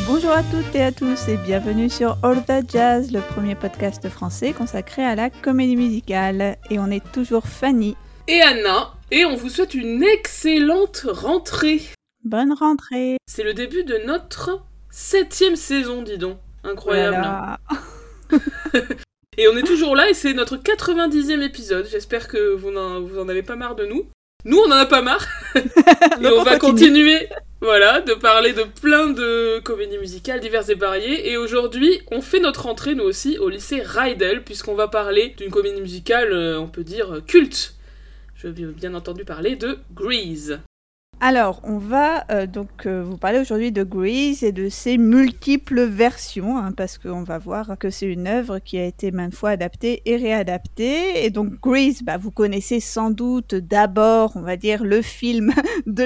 Bonjour à toutes et à tous et bienvenue sur All That Jazz, le premier podcast français consacré à la comédie musicale. Et on est toujours Fanny et Anna, et on vous souhaite une excellente rentrée. Bonne rentrée. C'est le début de notre 7e saison, dis donc. Incroyable. Voilà. Et on est toujours là et c'est notre 90e épisode. J'espère que vous en avez pas marre de nous. Nous, on en a pas marre. Et on va continuer de parler de plein de comédies musicales diverses et variées. Et aujourd'hui, on fait notre entrée, nous aussi, au lycée Rydell, puisqu'on va parler d'une comédie musicale, on peut dire, culte. Je vais bien entendu parler de Grease. Alors, on va vous parler aujourd'hui de Grease et de ses multiples versions, parce qu'on va voir que c'est une œuvre qui a été maintes fois adaptée et réadaptée. Et donc Grease, vous connaissez sans doute d'abord, on va dire, le film de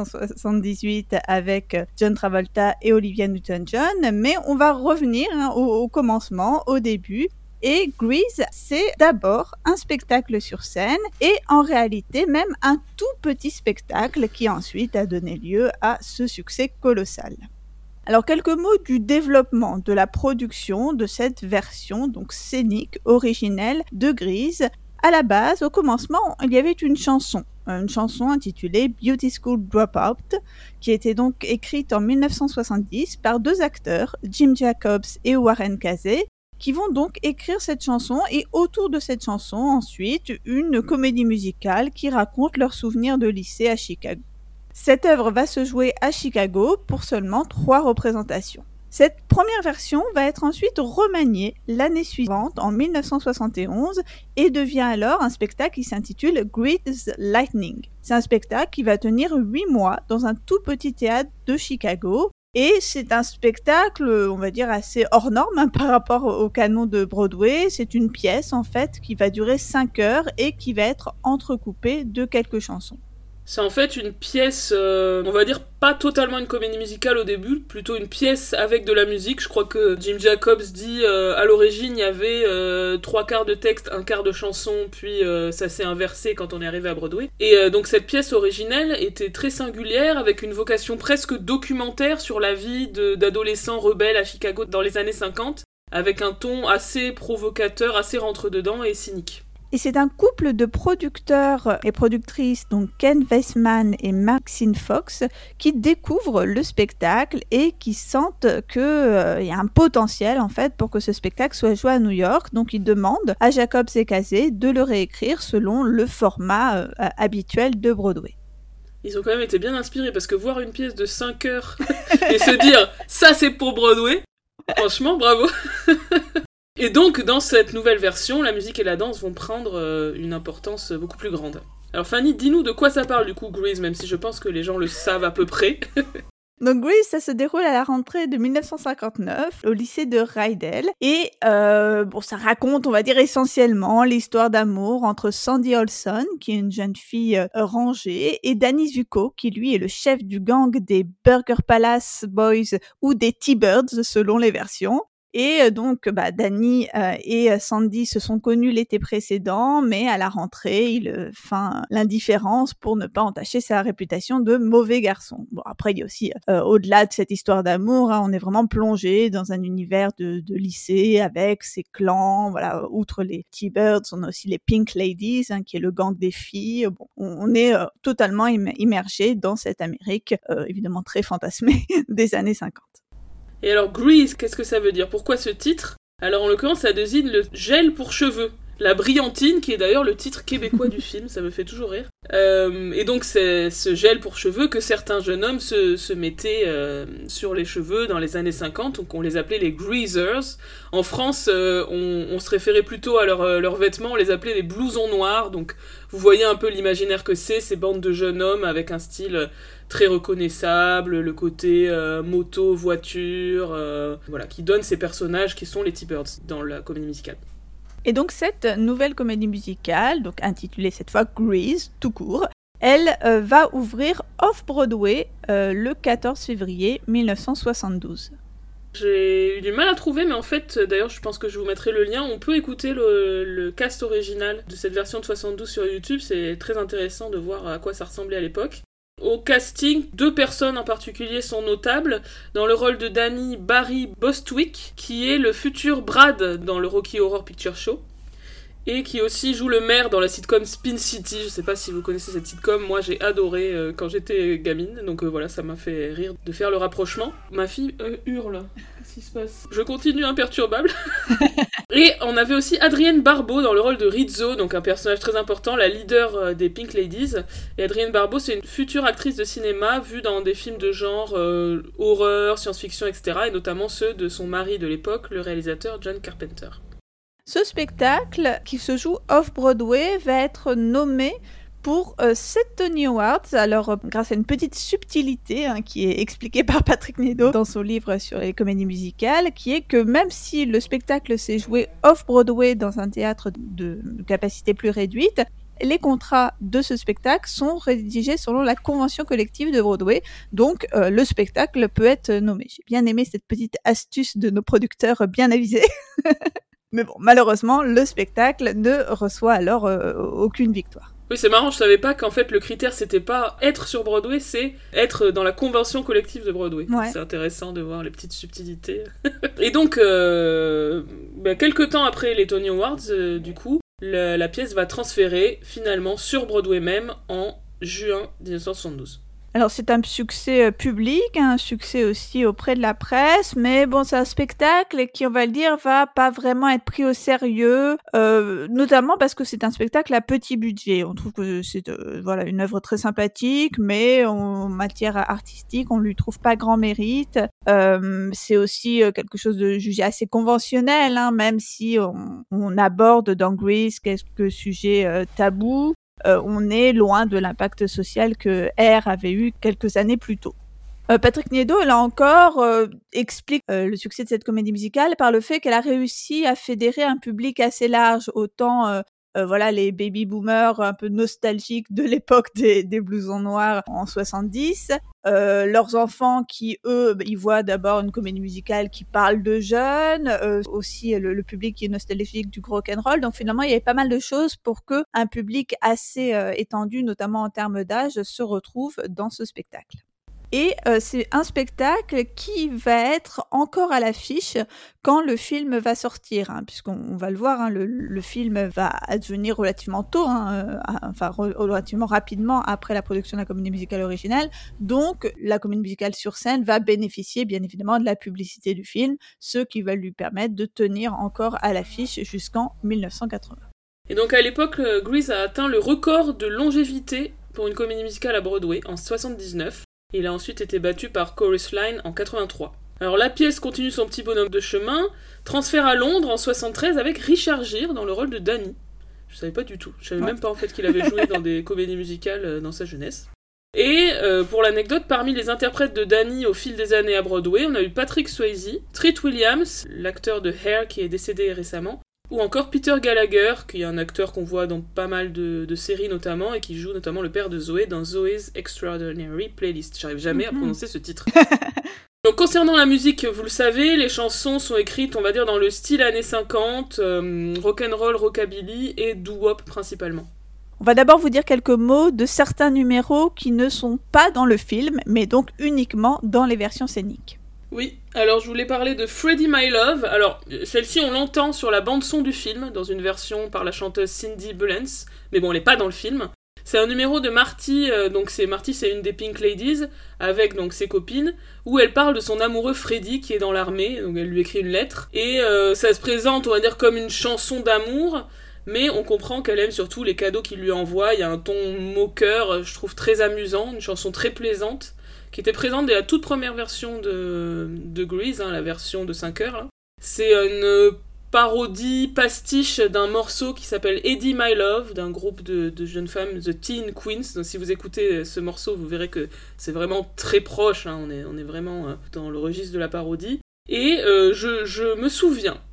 1978 avec John Travolta et Olivia Newton-John, mais on va revenir au commencement, au début. Et Grease, c'est d'abord un spectacle sur scène et en réalité même un tout petit spectacle qui ensuite a donné lieu à ce succès colossal. Alors quelques mots du développement de la production de cette version donc scénique originelle de Grease. À la base, au commencement, il y avait une chanson intitulée Beauty School Dropout, qui était donc écrite en 1970 par deux acteurs, Jim Jacobs et Warren Casey, qui vont donc écrire cette chanson et autour de cette chanson ensuite une comédie musicale qui raconte leurs souvenirs de lycée à Chicago. Cette œuvre va se jouer à Chicago pour seulement 3 représentations. Cette première version va être ensuite remaniée l'année suivante en 1971 et devient alors un spectacle qui s'intitule Grease Lightning. C'est un spectacle qui va tenir 8 mois dans un tout petit théâtre de Chicago. Et c'est un spectacle, on va dire, assez hors norme par rapport au canon de Broadway. C'est une pièce, en fait, qui va durer 5 heures et qui va être entrecoupée de quelques chansons. C'est en fait une pièce, on va dire, pas totalement une comédie musicale au début, plutôt une pièce avec de la musique. Je crois que Jim Jacobs dit, à l'origine, il y avait 3/4 de texte, 1/4 de chanson, puis ça s'est inversé quand on est arrivé à Broadway. Et donc cette pièce originelle était très singulière, avec une vocation presque documentaire sur la vie d'adolescents rebelles à Chicago dans les années 50, avec un ton assez provocateur, assez rentre-dedans et cynique. Et c'est un couple de producteurs et productrices, donc Ken Weissman et Maxine Fox, qui découvrent le spectacle et qui sentent qu'il y a un potentiel en fait pour que ce spectacle soit joué à New York. Donc ils demandent à Jacobs et Casey de le réécrire selon le format habituel de Broadway. Ils ont quand même été bien inspirés parce que voir une pièce de 5 heures et se dire « ça c'est pour Broadway », franchement bravo. Et donc, dans cette nouvelle version, la musique et la danse vont prendre une importance beaucoup plus grande. Alors Fanny, dis-nous de quoi ça parle du coup, Grease, même si je pense que les gens le savent à peu près. Donc Grease, ça se déroule à la rentrée de 1959 au lycée de Rydell. Et ça raconte, on va dire, essentiellement l'histoire d'amour entre Sandy Olson, qui est une jeune fille rangée, et Danny Zuko, qui lui est le chef du gang des Burger Palace Boys ou des T-Birds, selon les versions. Et donc, Danny et Sandy se sont connus l'été précédent, mais à la rentrée, il feint l'indifférence pour ne pas entacher sa réputation de mauvais garçon. Bon, après, il y a aussi, au-delà de cette histoire d'amour, on est vraiment plongé dans un univers de lycée avec ses clans. Voilà, outre les T-Birds, on a aussi les Pink Ladies, qui est le gang des filles. Bon, on est totalement immergé dans cette Amérique, évidemment très fantasmée, des années 50. Et alors Grease, qu'est-ce que ça veut dire ? Pourquoi ce titre ? Alors en l'occurrence, ça désigne le gel pour cheveux. La brillantine, qui est d'ailleurs le titre québécois du film, ça me fait toujours rire. Et donc c'est ce gel pour cheveux que certains jeunes hommes se mettaient sur les cheveux dans les années 50, donc on les appelait les greasers. En France, on se référait plutôt à leurs vêtements, on les appelait les blousons noirs, donc vous voyez un peu l'imaginaire que c'est, ces bandes de jeunes hommes avec un style très reconnaissable, le côté moto, voiture, qui donne ces personnages qui sont les T-Birds dans la comédie musicale. Et donc cette nouvelle comédie musicale, donc intitulée cette fois Grease, tout court, elle va ouvrir Off-Broadway le 14 février 1972. J'ai eu du mal à trouver, mais en fait, d'ailleurs, je pense que je vous mettrai le lien. On peut écouter le cast original de cette version de 72 sur YouTube. C'est très intéressant de voir à quoi ça ressemblait à l'époque. Au casting, 2 personnes en particulier sont notables. Dans le rôle de Danny, Barry Bostwick, qui est le futur Brad dans le Rocky Horror Picture Show. Et qui aussi joue le maire dans la sitcom Spin City. Je sais pas si vous connaissez cette sitcom, moi j'ai adoré quand j'étais gamine, donc voilà, ça m'a fait rire de faire le rapprochement. Ma fille hurle, qu'est-ce qui se passe ? Je continue imperturbable. Et on avait aussi Adrienne Barbeau dans le rôle de Rizzo, donc un personnage très important, la leader des Pink Ladies. Et Adrienne Barbeau, c'est une future actrice de cinéma vue dans des films de genre horreur, science-fiction, etc. Et notamment ceux de son mari de l'époque, le réalisateur John Carpenter. Ce spectacle, qui se joue off-Broadway, va être nommé pour 7 Tony Awards. Alors, grâce à une petite subtilité qui est expliquée par Patrick Nadeau dans son livre sur les comédies musicales, qui est que même si le spectacle s'est joué off-Broadway dans un théâtre de capacité plus réduite, les contrats de ce spectacle sont rédigés selon la convention collective de Broadway. Donc, le spectacle peut être nommé. J'ai bien aimé cette petite astuce de nos producteurs bien avisés. Mais bon, malheureusement, le spectacle ne reçoit alors aucune victoire. Oui, c'est marrant, je savais pas qu'en fait le critère c'était pas être sur Broadway, c'est être dans la convention collective de Broadway. Ouais. C'est intéressant de voir les petites subtilités. Et donc, quelques temps après les Tony Awards, du coup, la pièce va transférer finalement sur Broadway même en juin 1972. Alors c'est un succès public, un succès aussi auprès de la presse, mais bon, c'est un spectacle qui, on va le dire, va pas vraiment être pris au sérieux, notamment parce que c'est un spectacle à petit budget. On trouve que c'est une œuvre très sympathique, mais en matière artistique, on lui trouve pas grand mérite. C'est aussi quelque chose de jugé assez conventionnel, même si on aborde dans Grease quelques sujets tabous. On est loin de l'impact social que Air avait eu quelques années plus tôt. Patrick Nadeau, là encore, explique le succès de cette comédie musicale par le fait qu'elle a réussi à fédérer un public assez large, autant les baby-boomers un peu nostalgiques de l'époque des blousons noirs en 70, leurs enfants qui, eux, ils voient d'abord une comédie musicale qui parle de jeunes, aussi le public qui est nostalgique du rock'n'roll. Donc finalement, il y avait pas mal de choses pour que un public assez étendu, notamment en termes d'âge, se retrouve dans ce spectacle. Et c'est un spectacle qui va être encore à l'affiche quand le film va sortir, puisqu'on va le voir, le film va advenir relativement tôt, relativement rapidement après la production de la comédie musicale originale. Donc, la comédie musicale sur scène va bénéficier bien évidemment de la publicité du film, ce qui va lui permettre de tenir encore à l'affiche jusqu'en 1980. Et donc à l'époque, Grease a atteint le record de longévité pour une comédie musicale à Broadway en 1979. Il a ensuite été battu par Chorus Line en 1983. Alors la pièce continue son petit bonhomme de chemin, transfert à Londres en 1973 avec Richard Gere dans le rôle de Danny. Je savais pas du tout, je savais même pas en fait qu'il avait joué dans des comédies musicales dans sa jeunesse. Et pour l'anecdote, parmi les interprètes de Danny au fil des années à Broadway, on a eu Patrick Swayze, Treat Williams, l'acteur de Hair qui est décédé récemment, ou encore Peter Gallagher, qui est un acteur qu'on voit dans pas mal de séries notamment, et qui joue notamment le père de Zoé dans Zoé's Extraordinary Playlist. J'arrive jamais à prononcer ce titre. Donc concernant la musique, vous le savez, les chansons sont écrites, on va dire, dans le style années 50, rock'n'roll, rockabilly et doo-wop principalement. On va d'abord vous dire quelques mots de certains numéros qui ne sont pas dans le film, mais donc uniquement dans les versions scéniques. Oui, alors je voulais parler de Freddie My Love. Alors, celle-ci, on l'entend sur la bande-son du film, dans une version par la chanteuse Cindy Bullens, mais bon, elle n'est pas dans le film. C'est un numéro de Marty, Marty, c'est une des Pink Ladies, avec donc ses copines, où elle parle de son amoureux Freddie, qui est dans l'armée, donc elle lui écrit une lettre, et ça se présente, on va dire, comme une chanson d'amour, mais on comprend qu'elle aime surtout les cadeaux qu'il lui envoie. Il y a un ton moqueur, je trouve très amusant, une chanson très plaisante, qui était présente dès la toute première version de Grease, la version de 5 heures. Là. C'est une parodie pastiche d'un morceau qui s'appelle Eddie My Love, d'un groupe de jeunes femmes, The Teen Queens. Donc, si vous écoutez ce morceau, vous verrez que c'est vraiment très proche, on est vraiment dans le registre de la parodie. Et je me souviens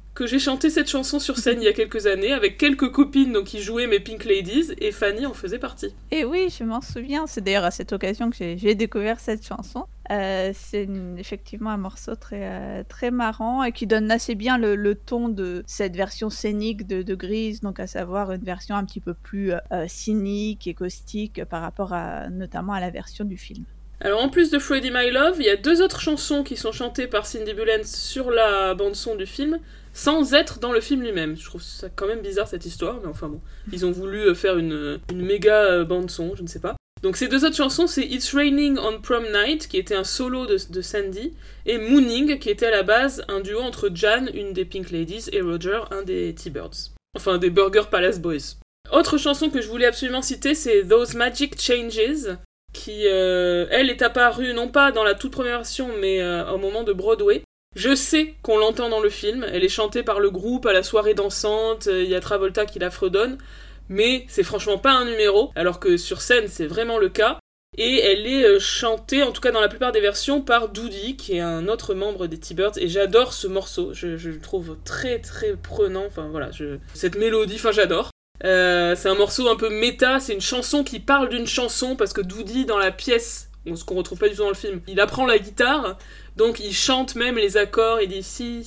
que j'ai chanté cette chanson sur scène il y a quelques années avec quelques copines donc, qui jouaient mes Pink Ladies et Fanny en faisait partie. Et oui, je m'en souviens. C'est d'ailleurs à cette occasion que j'ai découvert cette chanson. C'est effectivement un morceau très, très marrant et qui donne assez bien le ton de cette version scénique de Grease, donc à savoir une version un petit peu plus cynique et caustique par rapport notamment à la version du film. Alors en plus de Freddie My Love, il y a 2 autres chansons qui sont chantées par Cindy Bullens sur la bande-son du film, sans être dans le film lui-même. Je trouve ça quand même bizarre cette histoire, mais enfin bon. Ils ont voulu faire une méga bande-son, je ne sais pas. Donc ces 2 autres chansons, c'est It's Raining on Prom Night, qui était un solo de Sandy, et Mooning, qui était à la base un duo entre Jan, une des Pink Ladies, et Roger, un des T-Birds. Enfin, des Burger Palace Boys. Autre chanson que je voulais absolument citer, c'est Those Magic Changes, qui, elle, est apparue non pas dans la toute première version, mais au moment de Broadway. Je sais qu'on l'entend dans le film, elle est chantée par le groupe à la soirée dansante, il y a Travolta qui la fredonne, mais c'est franchement pas un numéro, alors que sur scène c'est vraiment le cas. Et elle est chantée, en tout cas dans la plupart des versions, par Doody, qui est un autre membre des T-Birds, et j'adore ce morceau, je le trouve très très prenant, enfin voilà, cette mélodie, enfin j'adore. C'est un morceau un peu méta, c'est une chanson qui parle d'une chanson, parce que Doody, dans la pièce, ce qu'on retrouve pas du tout dans le film, il apprend la guitare, donc il chante même les accords, il dit si,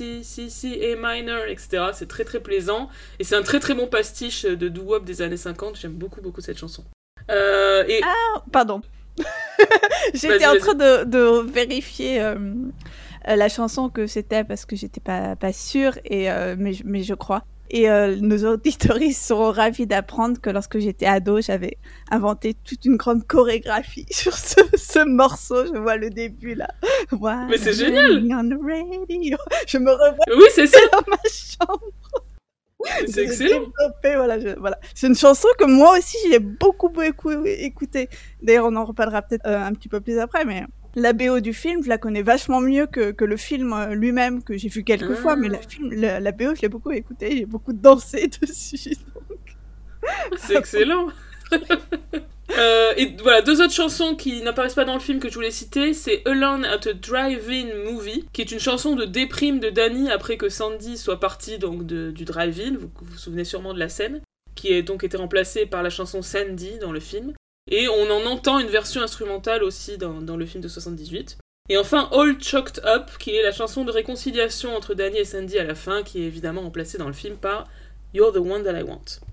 A minor, etc. C'est très très plaisant, et c'est un très très bon pastiche de doo-wop des années 50, j'aime beaucoup beaucoup cette chanson. Ah, pardon. J'étais en train de vérifier la chanson que c'était parce que j'étais pas sûre, mais je crois. Et nos auditoristes seront ravis d'apprendre que lorsque j'étais ado, j'avais inventé toute une grande chorégraphie sur ce morceau. Je vois le début là. Wow, mais c'est génial! Je me revois oui, c'est ça. Dans ma chambre. C'est excellent. Voilà. C'est une chanson que moi aussi j'ai beaucoup écoutée. D'ailleurs, on en reparlera peut-être un petit peu plus après, mais la BO du film, je la connais vachement mieux que le film lui-même, que j'ai vu quelques fois, mais la BO, je l'ai beaucoup écoutée, j'ai beaucoup dansé dessus. Donc... C'est excellent. Et voilà, 2 autres chansons qui n'apparaissent pas dans le film que je voulais citer, c'est Alone at a Drive-In Movie, qui est une chanson de déprime de Danny après que Sandy soit partie donc du drive-in, vous vous souvenez sûrement de la scène, qui a donc été remplacée par la chanson Sandy dans le film. Et on en entend une version instrumentale aussi dans le film de 78. Et enfin, All Choked Up, qui est la chanson de réconciliation entre Danny et Sandy à la fin, qui est évidemment remplacée dans le film par You're the One That I Want.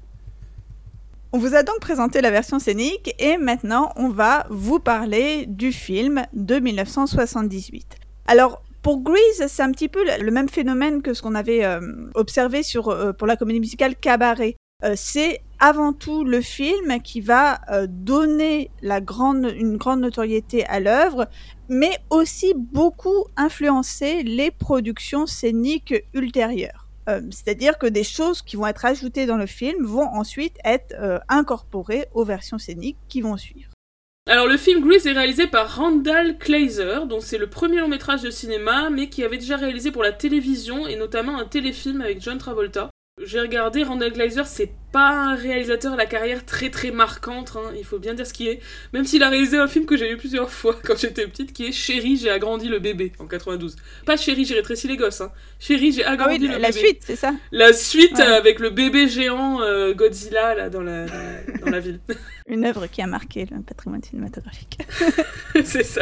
On vous a donc présenté la version scénique et maintenant on va vous parler du film de 1978. Alors pour Grease, c'est un petit peu le même phénomène que ce qu'on avait observé pour la comédie musicale Cabaret. C'est avant tout le film qui va donner une grande notoriété à l'œuvre, mais aussi beaucoup influencer les productions scéniques ultérieures. C'est-à-dire que des choses qui vont être ajoutées dans le film vont ensuite être incorporées aux versions scéniques qui vont suivre. Alors le film Grease est réalisé par Randall Kleiser, dont c'est le premier long métrage de cinéma, mais qui avait déjà réalisé pour la télévision et notamment un téléfilm avec John Travolta. J'ai regardé, Randall Kleiser, c'est pas un réalisateur à la carrière très très marquante, hein, il faut bien dire ce qui est, même s'il a réalisé un film que j'ai vu plusieurs fois quand j'étais petite, qui est Chérie, j'ai agrandi le bébé, en 92. Pas Chérie, j'ai rétréci les gosses, hein. Chérie, j'ai agrandi le bébé. La suite, c'est ça? La suite, avec le bébé géant Godzilla, là, dans la ville. Une œuvre qui a marqué le patrimoine cinématographique. C'est ça.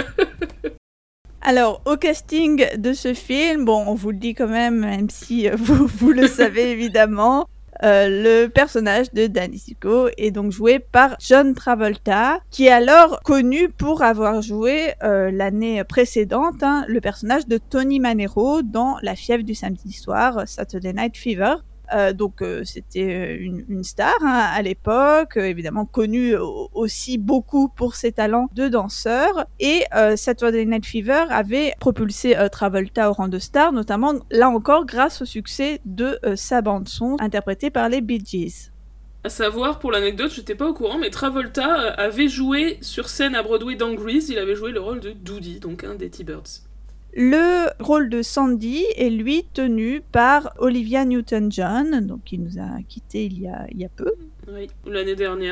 Alors, au casting de ce film, bon, on vous le dit quand même si vous le savez évidemment, le personnage de Danny Zuko est donc joué par John Travolta, qui est alors connu pour avoir joué l'année précédente le personnage de Tony Manero dans La fièvre du samedi soir, Saturday Night Fever. Donc c'était une star à l'époque, évidemment connue aussi beaucoup pour ses talents de danseur, et Saturday Night Fever avait propulsé Travolta au rang de star, notamment là encore grâce au succès de sa bande-son interprétée par les Bee Gees. À savoir, pour l'anecdote, j'étais pas au courant, mais Travolta avait joué sur scène à Broadway dans Grease, il avait joué le rôle de Doody, donc un des T-Birds. Le rôle de Sandy est lui tenu par Olivia Newton-John, donc qui nous a quittés il y a peu. Oui, l'année dernière.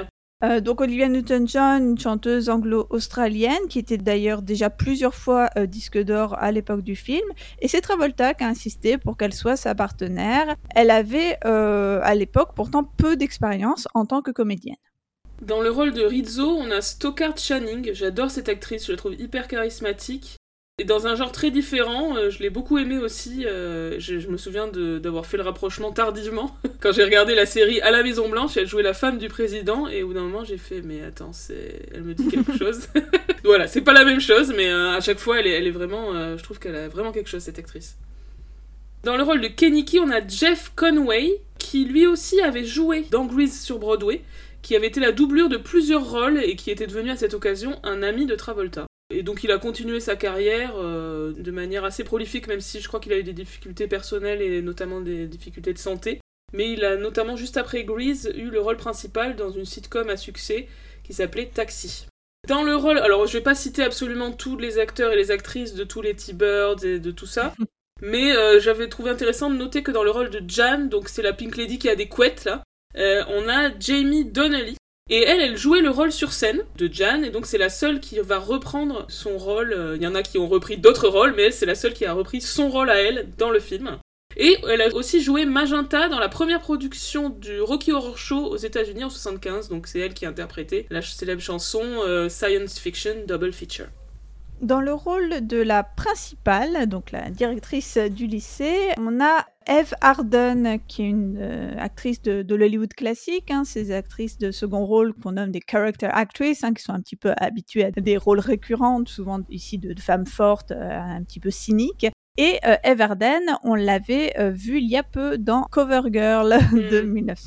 Donc Olivia Newton-John, une chanteuse anglo-australienne qui était d'ailleurs déjà plusieurs fois disque d'or à l'époque du film, et c'est Travolta qui a insisté pour qu'elle soit sa partenaire. Elle avait à l'époque pourtant peu d'expérience en tant que comédienne. Dans le rôle de Rizzo, on a Stockard Channing. J'adore cette actrice, je la trouve hyper charismatique. Et dans un genre très différent, je l'ai beaucoup aimée aussi. Je me souviens d'avoir fait le rapprochement tardivement. Quand j'ai regardé la série À la Maison Blanche, elle jouait la femme du président, et au bout d'un moment j'ai fait « mais attends, elle me dit quelque chose ». Voilà, c'est pas la même chose, mais à chaque fois elle est vraiment... je trouve qu'elle a vraiment quelque chose, cette actrice. Dans le rôle de Kenickie, on a Jeff Conway, qui lui aussi avait joué dans Grease sur Broadway, qui avait été la doublure de plusieurs rôles et qui était devenu à cette occasion un ami de Travolta. Et donc il a continué sa carrière de manière assez prolifique, même si je crois qu'il a eu des difficultés personnelles et notamment des difficultés de santé. Mais il a notamment, juste après Grease, eu le rôle principal dans une sitcom à succès qui s'appelait Taxi. Dans le rôle, alors je vais pas citer absolument tous les acteurs et les actrices de tous les T-Birds et de tout ça, mais j'avais trouvé intéressant de noter que dans le rôle de Jan, donc c'est la Pink Lady qui a des couettes là, on a Jamie Donnelly. Et elle jouait le rôle sur scène de Jan, et donc c'est la seule qui va reprendre son rôle. Il y en a qui ont repris d'autres rôles, mais elle, c'est la seule qui a repris son rôle à elle dans le film. Et elle a aussi joué Magenta dans la première production du Rocky Horror Show aux États-Unis en 1975, donc c'est elle qui a interprété la célèbre chanson Science Fiction Double Feature. Dans le rôle de la principale, donc la directrice du lycée, on a Eve Arden, qui est une actrice de l'Hollywood classique, ces actrices de second rôle qu'on nomme des character actresses, qui sont un petit peu habituées à des rôles récurrents, souvent ici de femmes fortes, un petit peu cyniques. Et Eve Arden, on l'avait vue il y a peu dans Covergirl de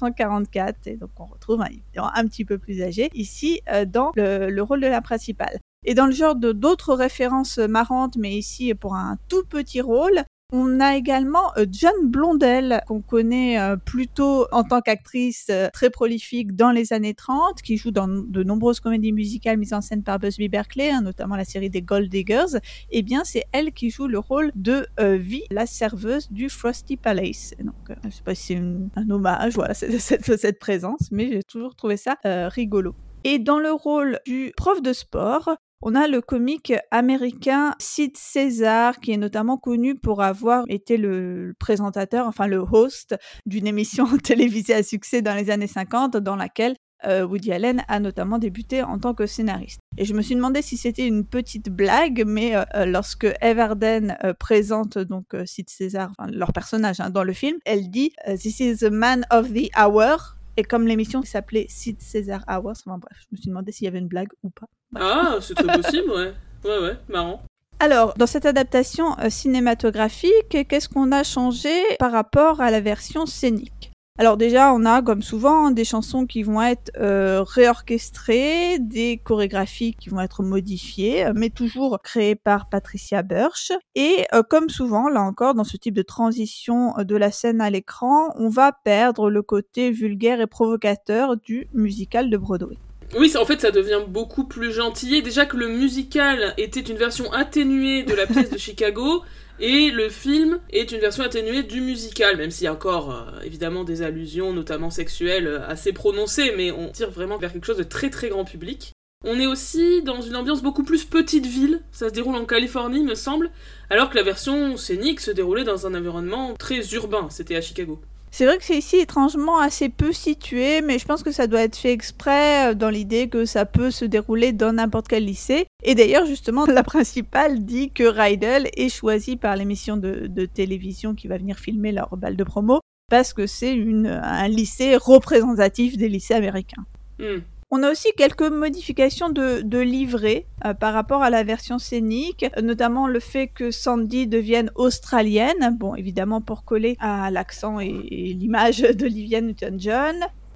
1944, et donc on retrouve un petit peu plus âgée ici dans le rôle de la principale. Et dans le genre d'autres références marrantes, mais ici pour un tout petit rôle, on a également John Blondell, qu'on connaît plutôt en tant qu'actrice très prolifique dans les années 30, qui joue dans de nombreuses comédies musicales mises en scène par Busby Berkeley, notamment la série des Gold Diggers. Et bien, c'est elle qui joue le rôle de Vi, la serveuse du Frosty Palace. Et donc, je sais pas si c'est un hommage, voilà, cette présence, mais j'ai toujours trouvé ça rigolo. Et dans le rôle du prof de sport, on a le comique américain Sid Caesar, qui est notamment connu pour avoir été le présentateur, enfin le host d'une émission télévisée à succès dans les années 50, dans laquelle Woody Allen a notamment débuté en tant que scénariste. Et je me suis demandé si c'était une petite blague, mais lorsque Eve Arden présente donc Sid Caesar, enfin, leur personnage dans le film, elle dit « This is the man of the hour ». Et comme l'émission s'appelait Sid Caesar Hours, enfin bref, je me suis demandé s'il y avait une blague ou pas. Bref. Ah, c'est très possible, ouais. Ouais, marrant. Alors, dans cette adaptation cinématographique, qu'est-ce qu'on a changé par rapport à la version scénique ? Alors déjà, on a, comme souvent, des chansons qui vont être réorchestrées, des chorégraphies qui vont être modifiées, mais toujours créées par Patricia Birch. Et comme souvent, là encore, dans ce type de transition de la scène à l'écran, on va perdre le côté vulgaire et provocateur du musical de Broadway. Oui, en fait, ça devient beaucoup plus gentil. Déjà que le musical était une version atténuée de la pièce de Chicago, et le film est une version atténuée du musical, même s'il y a encore évidemment des allusions, notamment sexuelles, assez prononcées, mais on tire vraiment vers quelque chose de très très grand public. On est aussi dans une ambiance beaucoup plus petite ville, ça se déroule en Californie, me semble, alors que la version scénique se déroulait dans un environnement très urbain, c'était à Chicago. C'est vrai que c'est ici étrangement assez peu situé, mais je pense que ça doit être fait exprès dans l'idée que ça peut se dérouler dans n'importe quel lycée. Et d'ailleurs, justement, la principale dit que Rydell est choisie par l'émission de télévision qui va venir filmer leur bal de promo, parce que c'est un lycée représentatif des lycées américains. On a aussi quelques modifications de livret par rapport à la version scénique, notamment le fait que Sandy devienne australienne, bon évidemment pour coller à l'accent et l'image d'Olivia Newton-John.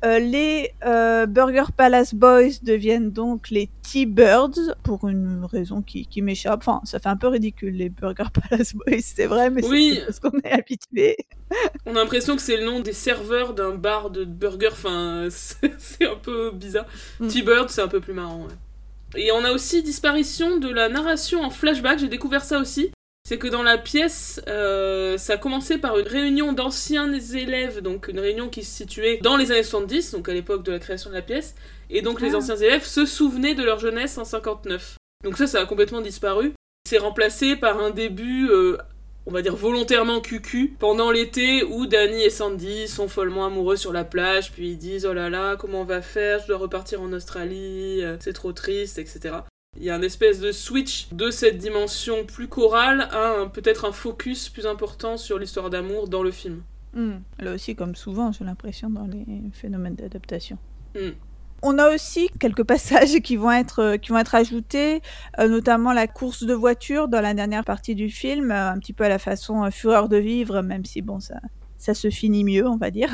Les Burger Palace Boys deviennent donc les T-Birds, pour une raison qui m'échappe. Enfin, ça fait un peu ridicule, les Burger Palace Boys, c'est vrai, mais oui. C'est parce qu'on est habitué. On a l'impression que c'est le nom des serveurs d'un bar de burgers, enfin, c'est un peu bizarre. T-Bird, c'est un peu plus marrant, ouais. Et on a aussi disparition de la narration en flashback, j'ai découvert ça aussi. c'est que dans la pièce, ça a commencé par une réunion d'anciens élèves, donc une réunion qui se situait dans les années 70, donc à l'époque de la création de la pièce, et donc les anciens élèves se souvenaient de leur jeunesse en 59. Donc ça a complètement disparu. C'est remplacé par un début, on va dire volontairement cucu, pendant l'été où Danny et Sandy sont follement amoureux sur la plage, puis ils disent « Oh là là, comment on va faire? Je dois repartir en Australie, c'est trop triste, etc. » Il y a une espèce de switch de cette dimension plus chorale à peut-être un focus plus important sur l'histoire d'amour dans le film. Là aussi, comme souvent, j'ai l'impression, dans les phénomènes d'adaptation. Mm. On a aussi quelques passages qui vont être ajoutés, notamment la course de voiture dans la dernière partie du film, un petit peu à la façon Fureur de vivre, même si bon, ça se finit mieux, on va dire.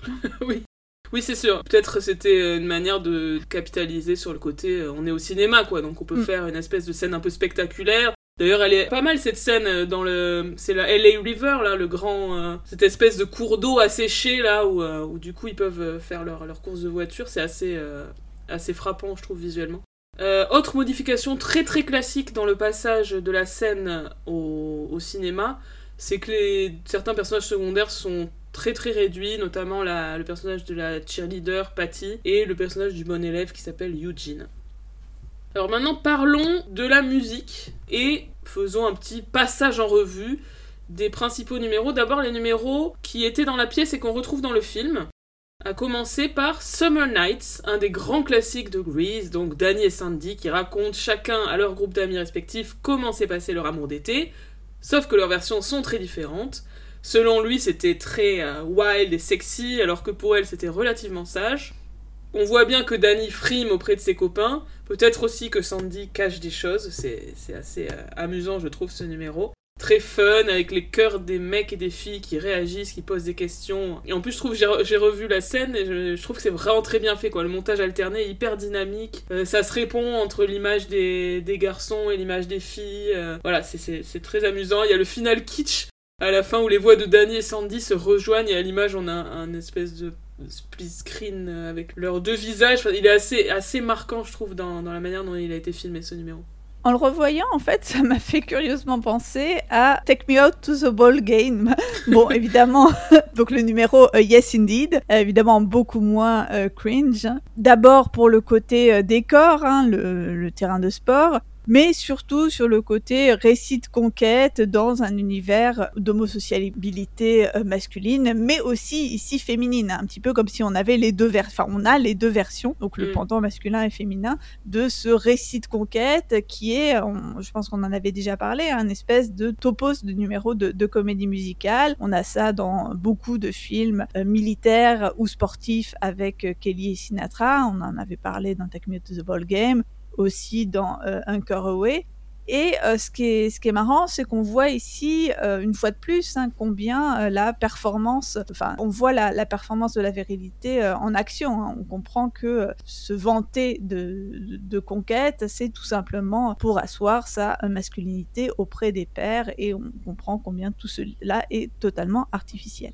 Oui, c'est sûr. Peut-être c'était une manière de capitaliser sur le côté on est au cinéma, quoi, donc on peut faire une espèce de scène un peu spectaculaire. D'ailleurs, elle est pas mal cette scène c'est la LA River, là, le grand, cette espèce de cours d'eau asséché, là, où du coup ils peuvent faire leur course de voiture. C'est assez frappant, je trouve, visuellement. Autre modification très très classique dans le passage de la scène au cinéma, c'est que certains personnages secondaires sont très très réduits, notamment le personnage de la cheerleader, Patty, et le personnage du bon élève qui s'appelle Eugene. Alors maintenant, parlons de la musique et faisons un petit passage en revue des principaux numéros. D'abord, les numéros qui étaient dans la pièce et qu'on retrouve dans le film. À commencer par Summer Nights, un des grands classiques de Grease, donc Danny et Sandy qui racontent chacun à leur groupe d'amis respectifs comment s'est passé leur amour d'été, sauf que leurs versions sont très différentes. Selon lui, c'était très wild et sexy, alors que pour elle, c'était relativement sage. On voit bien que Danny frime auprès de ses copains, peut-être aussi que Sandy cache des choses, c'est assez amusant je trouve ce numéro. Très fun, avec les chœurs des mecs et des filles qui réagissent, qui posent des questions. Et en plus je trouve, j'ai revu la scène et je trouve que c'est vraiment très bien fait, quoi. Le montage alterné est hyper dynamique, ça se répond entre l'image des garçons et l'image des filles. Voilà, c'est très amusant. Il y a le final kitsch à la fin où les voix de Danny et Sandy se rejoignent et à l'image on a un espèce de split screen avec leurs deux visages. Enfin, il est assez marquant je trouve dans la manière dont il a été filmé ce numéro. En le revoyant, en fait, ça m'a fait curieusement penser à Take Me Out to the Ball Game. Bon, évidemment, donc le numéro Yes Indeed, évidemment beaucoup moins cringe. D'abord pour le côté décor, le terrain de sport, mais surtout sur le côté récit de conquête dans un univers d'homosociabilité masculine, mais aussi ici féminine, un petit peu comme si on avait les deux on a les deux versions, donc le pendant masculin et féminin de ce récit de conquête qui est, je pense qu'on en avait déjà parlé, un espèce de topos de numéro de comédie musicale. On a ça dans beaucoup de films militaires ou sportifs avec Kelly et Sinatra, on en avait parlé dans Take Me to the Ball Game, aussi dans Anchor Away. Et ce qui est marrant, c'est qu'on voit ici, une fois de plus, combien la performance, enfin, on voit la performance de la virilité en action. On comprend que se vanter de conquête, c'est tout simplement pour asseoir sa masculinité auprès des pairs, et on comprend combien tout cela est totalement artificiel.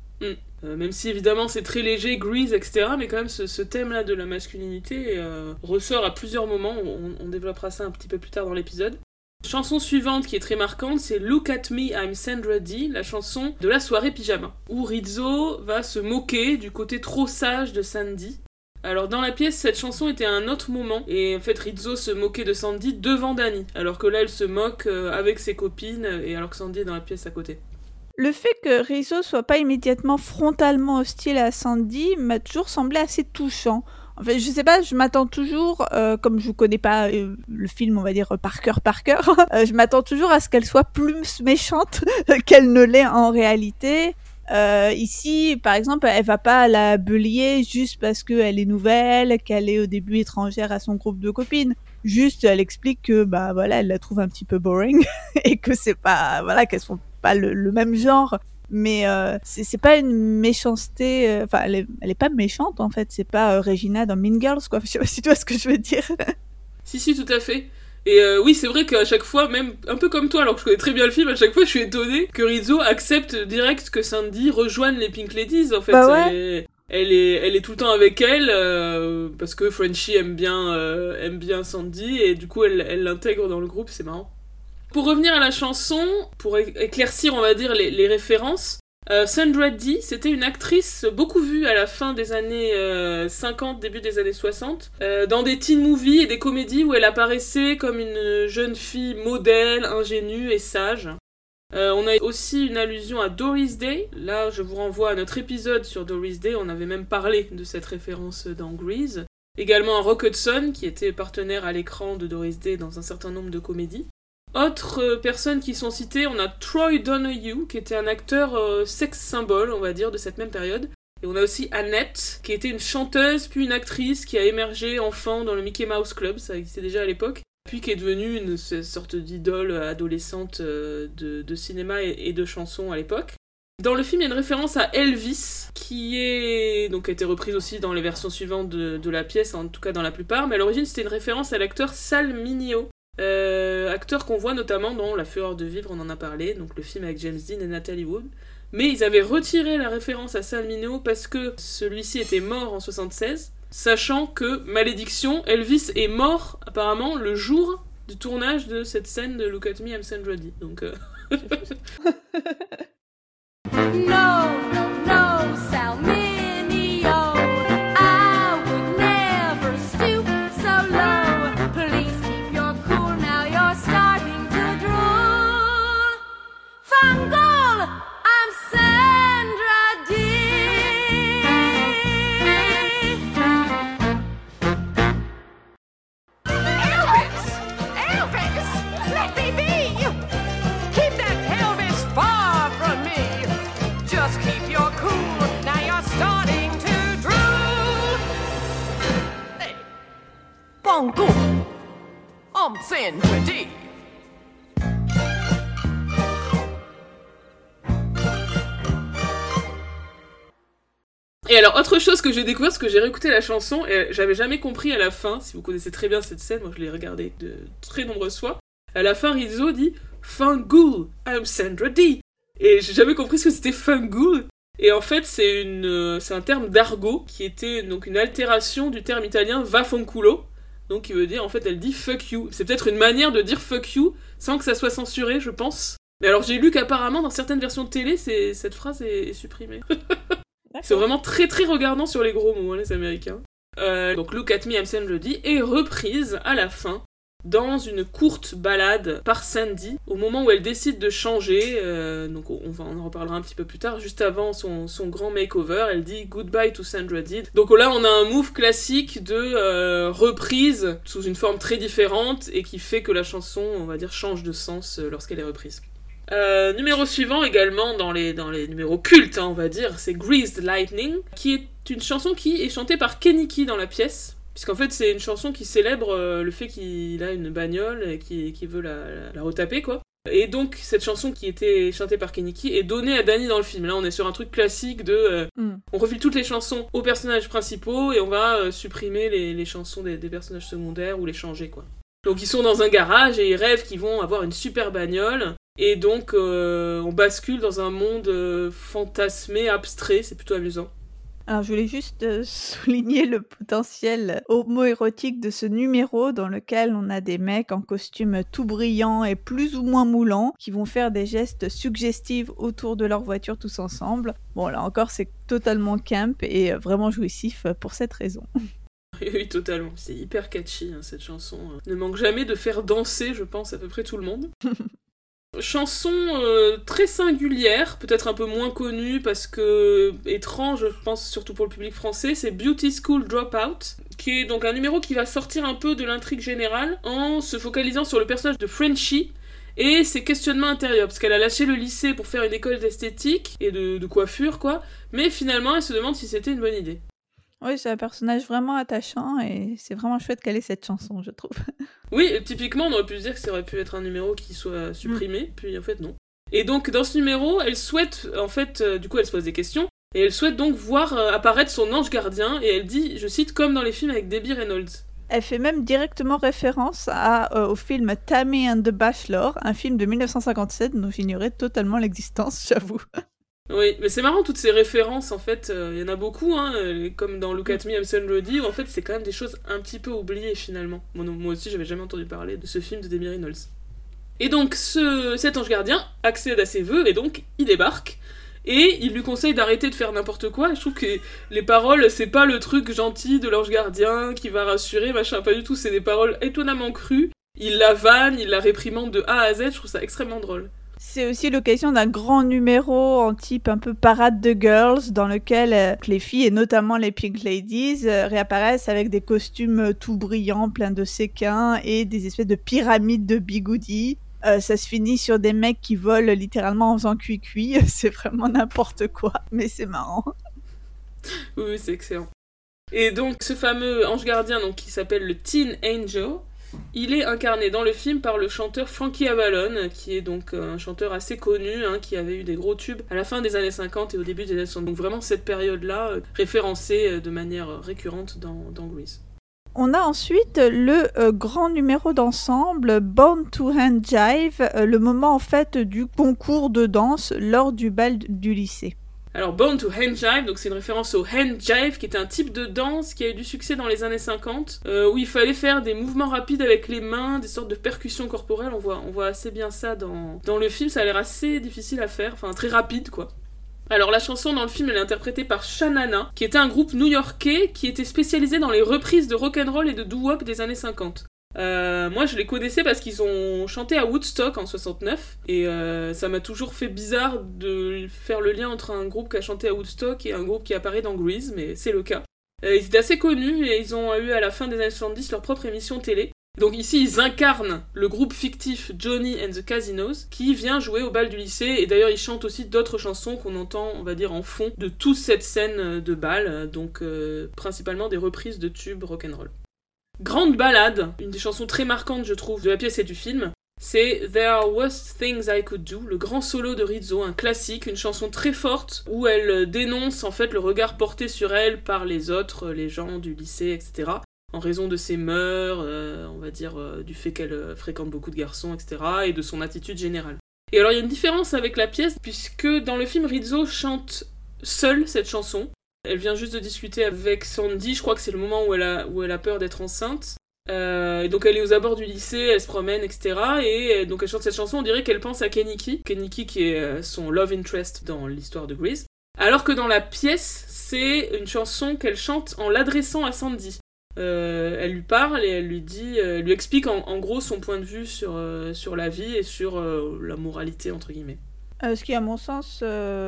Même si évidemment c'est très léger, Grease, etc., mais quand même ce thème-là de la masculinité ressort à plusieurs moments, on développera ça un petit peu plus tard dans l'épisode. Chanson suivante qui est très marquante, c'est Look at Me, I'm Sandra Dee, la chanson de la soirée pyjama, où Rizzo va se moquer du côté trop sage de Sandy. Alors dans la pièce, cette chanson était à un autre moment, et en fait Rizzo se moquait de Sandy devant Danny, alors que là elle se moque avec ses copines, et alors que Sandy est dans la pièce à côté. Le fait que Rizzo soit pas immédiatement frontalement hostile à Sandy m'a toujours semblé assez touchant. En fait, je sais pas, je m'attends toujours, comme je connais pas le film, on va dire par cœur, je m'attends toujours à ce qu'elle soit plus méchante qu'elle ne l'est en réalité. Ici, par exemple, elle va pas la bullier juste parce qu'elle est nouvelle, qu'elle est au début étrangère à son groupe de copines. Juste, elle explique que, bah voilà, elle la trouve un petit peu boring et que c'est pas, voilà, qu'elles sont pas le même genre, mais c'est pas une méchanceté, enfin elle est pas méchante en fait, c'est pas Regina dans Mean Girls quoi, je sais pas si tu vois ce que je veux dire. Si, tout à fait. Et oui, c'est vrai qu'à chaque fois, même un peu comme toi, alors que je connais très bien le film, à chaque fois je suis étonnée que Rizzo accepte direct que Sandy rejoigne les Pink Ladies en fait. Bah ouais. Elle est tout le temps avec elle parce que Frenchie aime bien Sandy et du coup elle l'intègre dans le groupe, c'est marrant. Pour revenir à la chanson, pour éclaircir, on va dire, les références, Sandra Dee, c'était une actrice beaucoup vue à la fin des années 50, début des années 60, dans des teen movies et des comédies où elle apparaissait comme une jeune fille modèle, ingénue et sage. On a aussi une allusion à Doris Day. Là, je vous renvoie à notre épisode sur Doris Day, on avait même parlé de cette référence dans Grease. Également à Rock Hudson, qui était partenaire à l'écran de Doris Day dans un certain nombre de comédies. Autres personnes qui sont citées, on a Troy Donahue, qui était un acteur sex symbole, on va dire, de cette même période. Et on a aussi Annette, qui était une chanteuse, puis une actrice qui a émergé enfant dans le Mickey Mouse Club, ça existait déjà à l'époque, puis qui est devenue une sorte d'idole adolescente de cinéma et de chansons à l'époque. Dans le film, il y a une référence à Elvis, qui a été reprise aussi dans les versions suivantes de la pièce, en tout cas dans la plupart, mais à l'origine c'était une référence à l'acteur Sal Mineo, acteur qu'on voit notamment dans La Fureur de vivre, on en a parlé, donc le film avec James Dean et Natalie Wood. Mais ils avaient retiré la référence à Sal Mineo parce que celui-ci était mort en 76, sachant que, malédiction, Elvis est mort apparemment le jour du tournage de cette scène de Look at Me, I'm Sandra Dee. Donc No, no, no, Sal Mineo, I would never stoop so low. Please keep your cool now, you're starting to drool. Fungal, I'm Sandra Dee. Elvis, let me be. Keep that pelvis far from me. Just keep your cool, now you're starting to drool. Hey, Bongo, I'm Sandra Dee. Et alors, autre chose que j'ai découvert, parce que j'ai réécouté la chanson, et j'avais jamais compris à la fin, si vous connaissez très bien cette scène, moi je l'ai regardée de très nombreuses fois, à la fin Rizzo dit « Fungool, I'm Sandra Dee ». Et j'ai jamais compris ce que c'était Fungool. Et en fait, c'est un terme d'argot, qui était donc une altération du terme italien vaffanculo, donc qui veut dire, en fait, elle dit « fuck you ». C'est peut-être une manière de dire « fuck you » sans que ça soit censuré, je pense. Mais alors, j'ai lu qu'apparemment, dans certaines versions de télé, cette phrase est supprimée. C'est vraiment très très regardant sur les gros mots, hein, les Américains. Donc Look at Me, I'm Sandra Dee est reprise à la fin dans une courte balade par Sandy au moment où elle décide de changer. Donc on en reparlera un petit peu plus tard. Juste avant son grand makeover, elle dit Goodbye to Sandra Dee. Donc là, on a un move classique de reprise sous une forme très différente et qui fait que la chanson, on va dire, change de sens lorsqu'elle est reprise. Numéro suivant également dans les numéros cultes, hein, on va dire, c'est Greased Lightning, qui est une chanson qui est chantée par Kenny Key dans la pièce, puisqu'en fait c'est une chanson qui célèbre le fait qu'il a une bagnole et qu'il veut la retaper, quoi. Et donc cette chanson qui était chantée par Kenny Key est donnée à Danny dans le film. Là on est sur un truc classique de on refile toutes les chansons aux personnages principaux et on va supprimer les chansons des personnages secondaires ou les changer, quoi. Donc ils sont dans un garage et ils rêvent qu'ils vont avoir une super bagnole. Et donc, on bascule dans un monde fantasmé, abstrait, c'est plutôt amusant. Alors, je voulais juste souligner le potentiel homo-érotique de ce numéro dans lequel on a des mecs en costume tout brillant et plus ou moins moulant qui vont faire des gestes suggestifs autour de leur voiture tous ensemble. Bon, là encore, c'est totalement camp et vraiment jouissif pour cette raison. Oui, totalement. C'est hyper catchy, hein, cette chanson. Ne manque jamais de faire danser, je pense, à peu près tout le monde. Chanson très singulière, peut-être un peu moins connue parce que étrange, je pense surtout pour le public français, c'est Beauty School Dropout, qui est donc un numéro qui va sortir un peu de l'intrigue générale en se focalisant sur le personnage de Frenchie et ses questionnements intérieurs, parce qu'elle a lâché le lycée pour faire une école d'esthétique et de coiffure, quoi, mais finalement elle se demande si c'était une bonne idée. Oui, c'est un personnage vraiment attachant et c'est vraiment chouette qu'elle ait cette chanson, je trouve. Oui, typiquement, on aurait pu se dire que ça aurait pu être un numéro qui soit supprimé, puis en fait non. Et donc, dans ce numéro, elle souhaite, en fait, du coup, elle se pose des questions, et elle souhaite donc voir apparaître son ange gardien, et elle dit, je cite, comme dans les films avec Debbie Reynolds. Elle fait même directement référence au film Tammy and the Bachelor, un film de 1957 dont j'ignorais totalement l'existence, j'avoue. Oui, mais c'est marrant toutes ces références, en fait, il y en a beaucoup, hein, comme dans Look at Me, I'm Sandra Dee, où en fait c'est quand même des choses un petit peu oubliées finalement. Moi aussi j'avais jamais entendu parler de ce film de Debbie Reynolds. Et donc cet ange gardien accède à ses vœux et donc il débarque. Et il lui conseille d'arrêter de faire n'importe quoi. Et je trouve que les paroles, c'est pas le truc gentil de l'ange gardien qui va rassurer, machin, pas du tout. C'est des paroles étonnamment crues. Il la vanne, il la réprimande de A à Z. Je trouve ça extrêmement drôle. C'est aussi l'occasion d'un grand numéro en type un peu parade de girls, dans lequel les filles, et notamment les Pink Ladies, réapparaissent avec des costumes tout brillants, pleins de séquins, et des espèces de pyramides de bigoudis. Ça se finit sur des mecs qui volent littéralement en faisant cuit-cuit. C'est vraiment n'importe quoi, mais c'est marrant. Oui, c'est excellent. Et donc, ce fameux ange gardien, donc, qui s'appelle le Teen Angel, il est incarné dans le film par le chanteur Frankie Avalon, qui est donc un chanteur assez connu, qui avait eu des gros tubes à la fin des années 50 et au début des années 60. Donc vraiment cette période-là, référencée de manière récurrente dans Grease. On a ensuite le grand numéro d'ensemble, Born to Hand Jive, le moment en fait du concours de danse lors du bal du lycée. Alors Born to Hand Jive, donc c'est une référence au Hand Jive, qui était un type de danse qui a eu du succès dans les années 50, où il fallait faire des mouvements rapides avec les mains, des sortes de percussions corporelles. On voit assez bien ça dans le film, ça a l'air assez difficile à faire, enfin très rapide quoi. Alors la chanson dans le film elle est interprétée par Shanana, qui était un groupe new-yorkais qui était spécialisé dans les reprises de rock'n'roll et de doo-wop des années 50. Moi je les connaissais parce qu'ils ont chanté à Woodstock en 69 et ça m'a toujours fait bizarre de faire le lien entre un groupe qui a chanté à Woodstock et un groupe qui apparaît dans Grease, mais c'est le cas. Ils étaient assez connus et ils ont eu à la fin des années 70 leur propre émission télé. Donc ici ils incarnent le groupe fictif Johnny and the Casinos qui vient jouer au bal du lycée et d'ailleurs ils chantent aussi d'autres chansons qu'on entend on va dire en fond de toute cette scène de bal, donc principalement des reprises de tubes rock'n'roll. Grande ballade, une des chansons très marquantes je trouve de la pièce et du film, c'est There Are Worse Things I Could Do, le grand solo de Rizzo, un classique, une chanson très forte où elle dénonce en fait le regard porté sur elle par les autres, les gens du lycée, etc. En raison de ses mœurs, on va dire du fait qu'elle fréquente beaucoup de garçons, etc. et de son attitude générale. Et alors il y a une différence avec la pièce puisque dans le film Rizzo chante seule cette chanson. Elle vient juste de discuter avec Sandy, je crois que c'est le moment où elle a peur d'être enceinte. Et donc elle est aux abords du lycée, elle se promène, etc. Et donc elle chante cette chanson, on dirait qu'elle pense à Keniki qui est son love interest dans l'histoire de Grease. Alors que dans la pièce, c'est une chanson qu'elle chante en l'adressant à Sandy. Elle lui parle et elle lui explique en gros son point de vue sur la vie et sur la moralité entre guillemets. Ce qui est à mon sens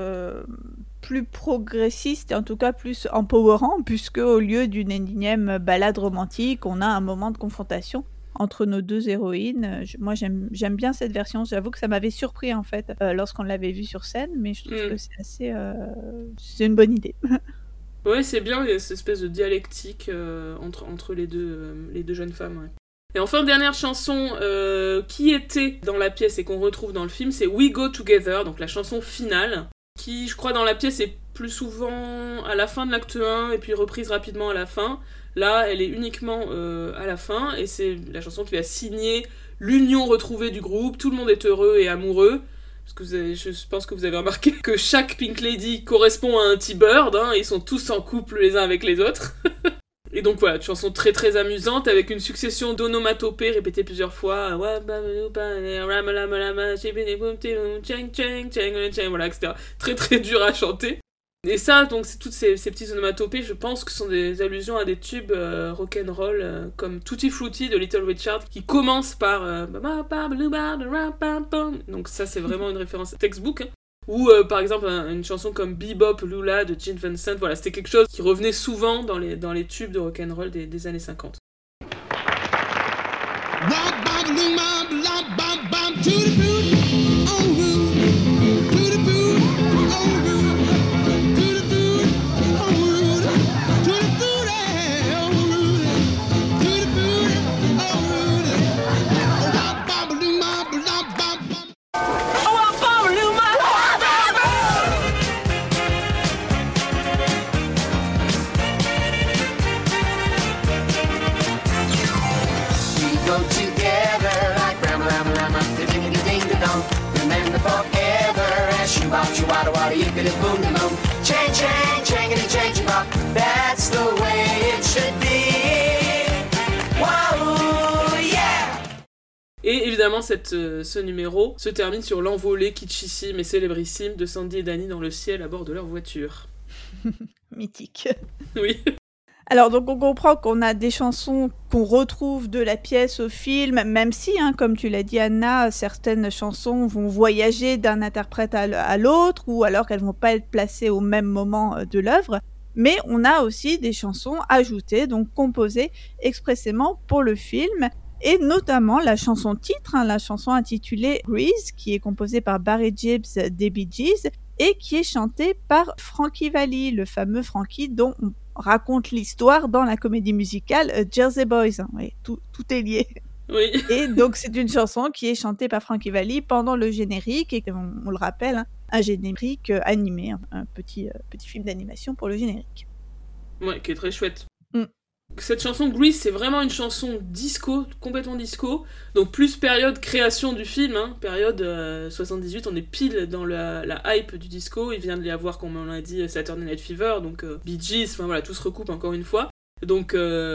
plus progressiste et en tout cas plus empowerant puisque au lieu d'une énième balade romantique, on a un moment de confrontation entre nos deux héroïnes. Moi j'aime bien cette version, j'avoue que ça m'avait surpris en fait lorsqu'on l'avait vue sur scène, mais je trouve que c'est assez c'est une bonne idée. Ouais, c'est bien, il y a cette espèce de dialectique entre les deux jeunes femmes. Ouais. Et enfin, dernière chanson qui était dans la pièce et qu'on retrouve dans le film, c'est We Go Together, donc la chanson finale, qui, je crois, dans la pièce est plus souvent à la fin de l'acte 1 et puis reprise rapidement à la fin. Là, elle est uniquement à la fin et c'est la chanson qui va signer l'union retrouvée du groupe, tout le monde est heureux et amoureux. Parce que je pense que vous avez remarqué que chaque Pink Lady correspond à un T-Bird, ils sont tous en couple les uns avec les autres. Et donc voilà, une chanson très très amusante avec une succession d'onomatopées répétées plusieurs fois. Voilà, etc. Très très dur à chanter. Et ça, donc, c'est toutes ces petites onomatopées, je pense que sont des allusions à des tubes rock'n'roll comme Tutti Frutti de Little Richard, qui commence par donc ça, c'est vraiment une référence textbook. Ou par exemple une chanson comme Bebop Lula de Gene Vincent, voilà, c'était quelque chose qui revenait souvent dans les tubes de rock'n'roll des années 50. That's the way it should be. Whoa, yeah. Et évidemment, ce numéro se termine sur l'envolée kitschissime et célébrissime de Sandy et Danny dans le ciel à bord de leur voiture. Mythique. Oui. Alors, donc, on comprend qu'on a des chansons qu'on retrouve de la pièce au film, même si, comme tu l'as dit, Anna, certaines chansons vont voyager d'un interprète à l'autre, ou alors qu'elles vont pas être placées au même moment de l'œuvre. Mais on a aussi des chansons ajoutées, donc composées expressément pour le film, et notamment la chanson titre, la chanson intitulée Grease, qui est composée par Barry Gibb des Bee Gees, et qui est chantée par Frankie Valli, le fameux Frankie dont on raconte l'histoire dans la comédie musicale Jersey Boys. Oui, tout est lié. Oui. Et donc c'est une chanson qui est chantée par Frankie Valli pendant le générique, et on le rappelle, un générique animé, un petit film d'animation pour le générique. Ouais, qui est très chouette. Cette chanson Grease, c'est vraiment une chanson disco, complètement disco, donc plus période création du film, période 78, on est pile dans la hype du disco, il vient de y avoir, comme on l'a dit, Saturday Night Fever, donc Bee Gees, enfin voilà, tout se recoupe encore une fois. Donc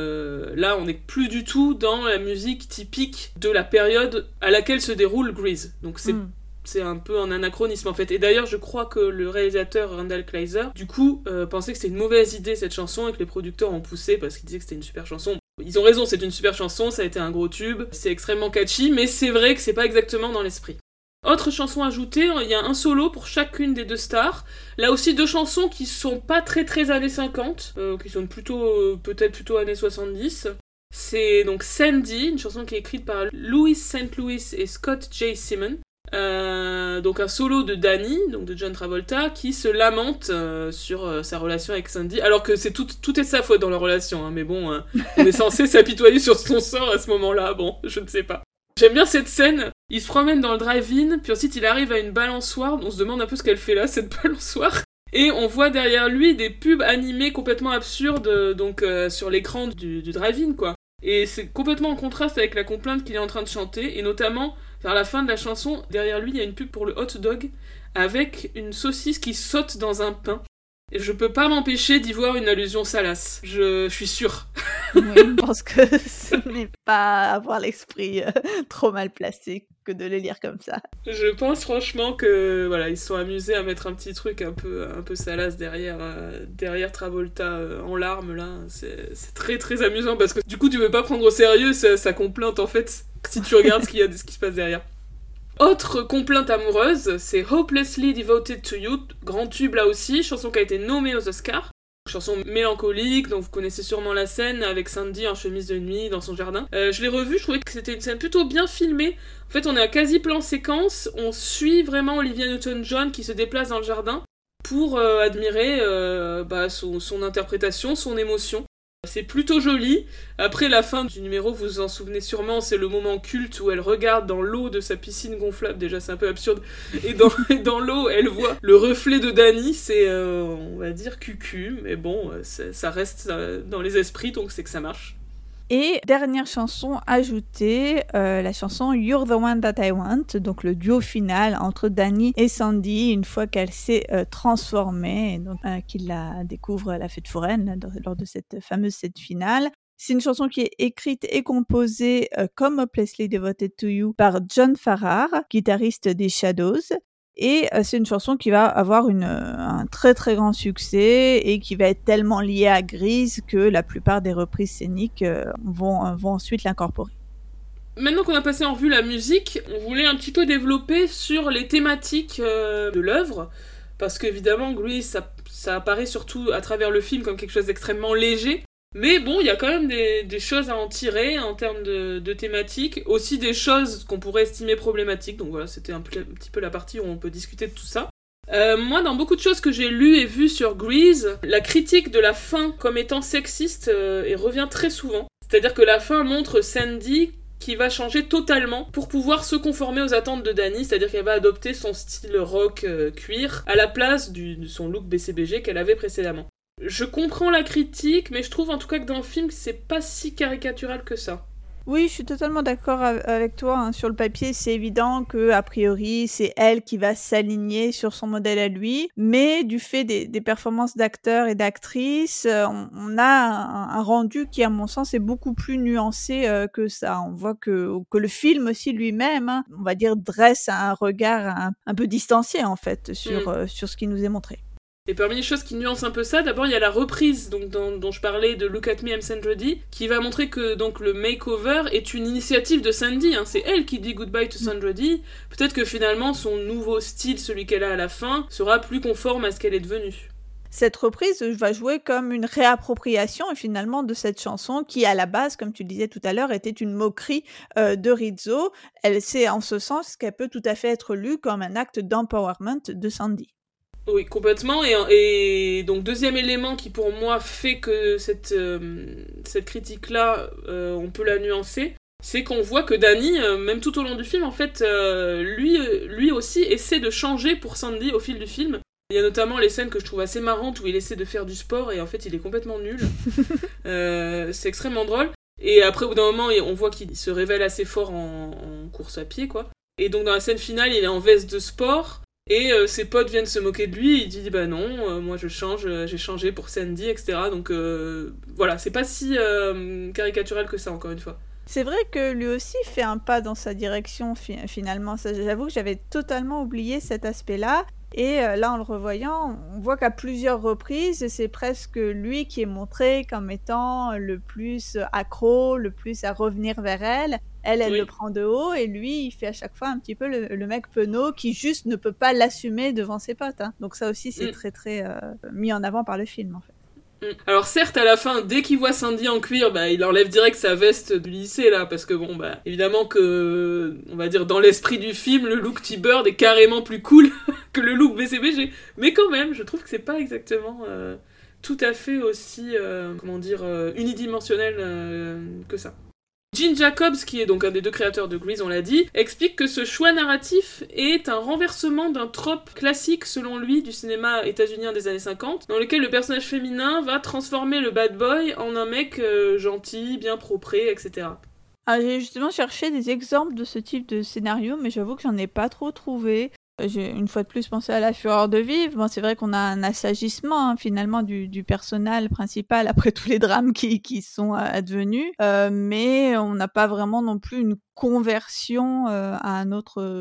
là, on n'est plus du tout dans la musique typique de la période à laquelle se déroule Grease, donc c'est un peu un anachronisme en fait. Et d'ailleurs, je crois que le réalisateur Randall Kleiser, du coup, pensait que c'était une mauvaise idée cette chanson et que les producteurs ont poussé parce qu'ils disaient que c'était une super chanson. Ils ont raison, c'est une super chanson, ça a été un gros tube, c'est extrêmement catchy, mais c'est vrai que c'est pas exactement dans l'esprit. Autre chanson ajoutée, il y a un solo pour chacune des deux stars. Là aussi, deux chansons qui sont pas très années 50, qui sont peut-être plutôt années 70. C'est donc Sandy, une chanson qui est écrite par Louis St. Louis et Scott J. Simon. Donc un solo de Danny, donc de John Travolta, qui se lamente sur sa relation avec Sandy, alors que c'est tout est sa faute dans leur relation, mais bon, on est censé s'apitoyer sur son sort à ce moment-là, bon, je ne sais pas. J'aime bien cette scène, il se promène dans le drive-in, puis ensuite il arrive à une balançoire, on se demande un peu ce qu'elle fait là, cette balançoire, et on voit derrière lui des pubs animées complètement absurdes, donc sur l'écran du drive-in, quoi. Et c'est complètement en contraste avec la complainte qu'il est en train de chanter, et notamment, vers la fin de la chanson, derrière lui, il y a une pub pour le hot dog, avec une saucisse qui saute dans un pain. Et je peux pas m'empêcher d'y voir une allusion salace. Je suis sûre. Oui, je pense que ce n'est pas avoir l'esprit trop mal placé que de le lire comme ça. Je pense franchement que voilà, ils se sont amusés à mettre un petit truc un peu salace derrière Travolta en larmes là. C'est très amusant parce que du coup tu veux pas prendre au sérieux sa complainte en fait si tu regardes ce qui se passe derrière. Autre complainte amoureuse, c'est Hopelessly Devoted to You, grand tube là aussi, chanson qui a été nommée aux Oscars. Chanson mélancolique, donc vous connaissez sûrement la scène avec Sandy en chemise de nuit dans son jardin. Je l'ai revue, je trouvais que c'était une scène plutôt bien filmée. En fait, on est à quasi plan séquence, on suit vraiment Olivia Newton-John qui se déplace dans le jardin pour admirer son interprétation, son émotion. C'est plutôt joli. Après la fin du numéro, vous vous en souvenez sûrement, c'est le moment culte où elle regarde dans l'eau de sa piscine gonflable. Déjà, c'est un peu absurde. Et dans l'eau, elle voit le reflet de Danny. C'est, on va dire, cucu. Mais bon, ça reste dans les esprits, donc c'est que ça marche. Et dernière chanson ajoutée, la chanson You're the One That I Want, donc le duo final entre Danny et Sandy, une fois qu'elle s'est transformée, et donc qu'il la découvre à la fête foraine lors de cette fameuse scène finale. C'est une chanson qui est écrite et composée comme Hopelessly Devoted to You par John Farrar, guitariste des Shadows. Et c'est une chanson qui va avoir un très grand succès et qui va être tellement liée à Grease que la plupart des reprises scéniques vont ensuite l'incorporer. Maintenant qu'on a passé en revue la musique, on voulait un petit peu développer sur les thématiques de l'œuvre, parce qu'évidemment Grease, ça apparaît surtout à travers le film comme quelque chose d'extrêmement léger. Mais bon, il y a quand même des choses à en tirer en termes de thématiques, aussi des choses qu'on pourrait estimer problématiques, donc voilà, c'était un petit peu la partie où on peut discuter de tout ça. Moi, dans beaucoup de choses que j'ai lues et vues sur Grease, la critique de la fin comme étant sexiste revient très souvent. C'est-à-dire que la fin montre Sandy qui va changer totalement pour pouvoir se conformer aux attentes de Danny, c'est-à-dire qu'elle va adopter son style rock cuir à la place de son look BCBG qu'elle avait précédemment. Je comprends la critique, mais je trouve en tout cas que dans le film, c'est pas si caricatural que ça. Oui, je suis totalement d'accord avec toi, hein. Sur le papier, c'est évident que a priori, c'est elle qui va s'aligner sur son modèle à lui, mais du fait des performances d'acteurs et d'actrices, on a un rendu qui, à mon sens, est beaucoup plus nuancé que ça. On voit que le film aussi lui-même, hein, on va dire, dresse un regard un peu distancié en fait sur ce qui nous est montré. Et parmi les choses qui nuancent un peu ça, d'abord il y a la reprise donc, dont je parlais de Look at Me, I'm Sandy, qui va montrer que donc, le makeover est une initiative de Sandy, hein. C'est elle qui dit Goodbye to Sandy. Peut-être que finalement son nouveau style, celui qu'elle a à la fin, sera plus conforme à ce qu'elle est devenue. Cette reprise va jouer comme une réappropriation finalement de cette chanson qui, à la base, comme tu le disais tout à l'heure, était une moquerie de Rizzo. C'est en ce sens qu'elle peut tout à fait être lue comme un acte d'empowerment de Sandy. Oui, complètement. Et donc, deuxième élément qui, pour moi, fait que cette critique-là, on peut la nuancer, c'est qu'on voit que Danny, même tout au long du film, en fait, lui aussi essaie de changer pour Sandy au fil du film. Il y a notamment les scènes que je trouve assez marrantes où il essaie de faire du sport et en fait, il est complètement nul. C'est extrêmement drôle. Et après, au bout d'un moment, on voit qu'il se révèle assez fort en course à pied, quoi. Et donc, dans la scène finale, il est en veste de sport. Et ses potes viennent se moquer de lui, il dit bah non, moi j'ai changé pour Sandy, etc. Donc voilà, c'est pas si caricatural que ça, encore une fois. C'est vrai que lui aussi fait un pas dans sa direction finalement. J'avoue que j'avais totalement oublié cet aspect-là. Et là, en le revoyant, on voit qu'à plusieurs reprises, c'est presque lui qui est montré comme étant le plus accro, le plus à revenir vers elle. Elle Oui. le prend de haut et lui, il fait à chaque fois un petit peu le mec penaud qui juste ne peut pas l'assumer devant ses potes, hein. Donc ça aussi, c'est très très mis en avant par le film, en fait. Alors certes, à la fin, dès qu'il voit Sandy en cuir, bah, il enlève direct sa veste du lycée, là, parce que bon, bah, évidemment que, on va dire, dans l'esprit du film, le look T-Bird est carrément plus cool que le look BCBG. Mais quand même, je trouve que c'est pas exactement tout à fait aussi, unidimensionnel que ça. Gene Jacobs, qui est donc un des deux créateurs de Grease, on l'a dit, explique que ce choix narratif est un renversement d'un trope classique, selon lui, du cinéma états-unien des années 50, dans lequel le personnage féminin va transformer le bad boy en un mec gentil, bien propre, etc. Ah, j'ai justement cherché des exemples de ce type de scénario, mais j'avoue que j'en ai pas trop trouvé. J'ai une fois de plus pensé à La Fureur de vivre. Bon, c'est vrai qu'on a un assagissement, hein, finalement, du personnel principal après tous les drames qui sont advenus, mais on n'a pas vraiment non plus une conversion à un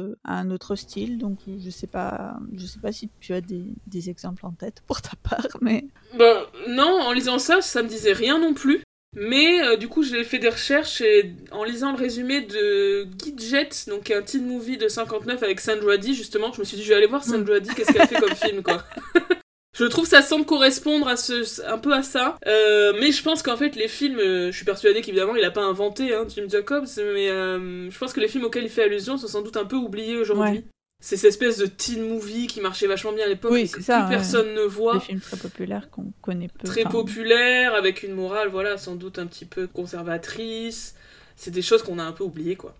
autre style. Donc je sais pas si tu as des exemples en tête pour ta part, mais Ben non, en lisant ça me disait rien non plus. Mais du coup, j'ai fait des recherches et en lisant le résumé de Gidget, donc un teen movie de 59 avec Sandra Dee, justement, je me suis dit, je vais aller voir Sandra Dee, qu'est-ce qu'elle fait comme film, quoi. Je trouve que ça semble correspondre un peu à ça, mais je pense qu'en fait, les films, je suis persuadée qu'évidemment, il a pas inventé, hein, Jim Jacobs, mais je pense que les films auxquels il fait allusion sont sans doute un peu oubliés aujourd'hui. Ouais. C'est cette espèce de teen movie qui marchait vachement bien à l'époque, et que plus personne ne voit. Des films très populaires qu'on connaît peu. Très populaires, avec une morale, voilà, sans doute un petit peu conservatrice. C'est des choses qu'on a un peu oubliées, quoi.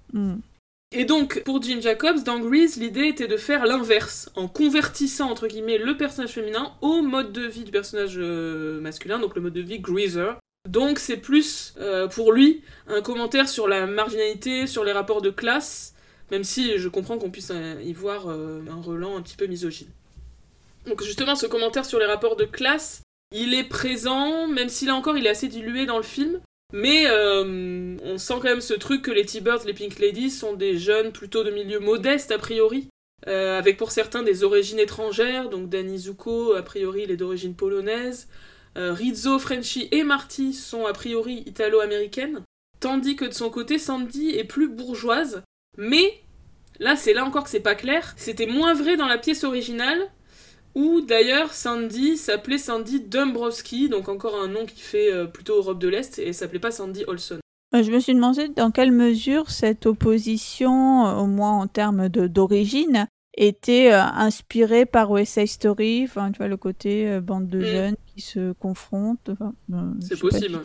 Et donc, pour Gene Jacobs, dans Grease, l'idée était de faire l'inverse, en convertissant, entre guillemets, le personnage féminin au mode de vie du personnage masculin, donc le mode de vie Greaser. Donc c'est plus, pour lui, un commentaire sur la marginalité, sur les rapports de classe, même si je comprends qu'on puisse y voir un relent un petit peu misogyne. Donc justement, ce commentaire sur les rapports de classe, il est présent, même si là encore il est assez dilué dans le film, mais on sent quand même ce truc que les T-Birds, les Pink Ladies, sont des jeunes plutôt de milieu modeste a priori, avec pour certains des origines étrangères, donc Danny Zuko, a priori il est d'origine polonaise, Rizzo, Frenchie et Marty sont a priori italo-américaines, tandis que de son côté Sandy est plus bourgeoise. Mais, là encore que c'est pas clair, c'était moins vrai dans la pièce originale, où d'ailleurs Sandy s'appelait Sandy Dombrowski, donc encore un nom qui fait plutôt Europe de l'Est, et s'appelait pas Sandy Olson. Je me suis demandé dans quelle mesure cette opposition, au moins en termes d'origine, était inspirée par West Side Story, enfin tu vois le côté bande de jeunes qui se confrontent. Enfin, c'est possible.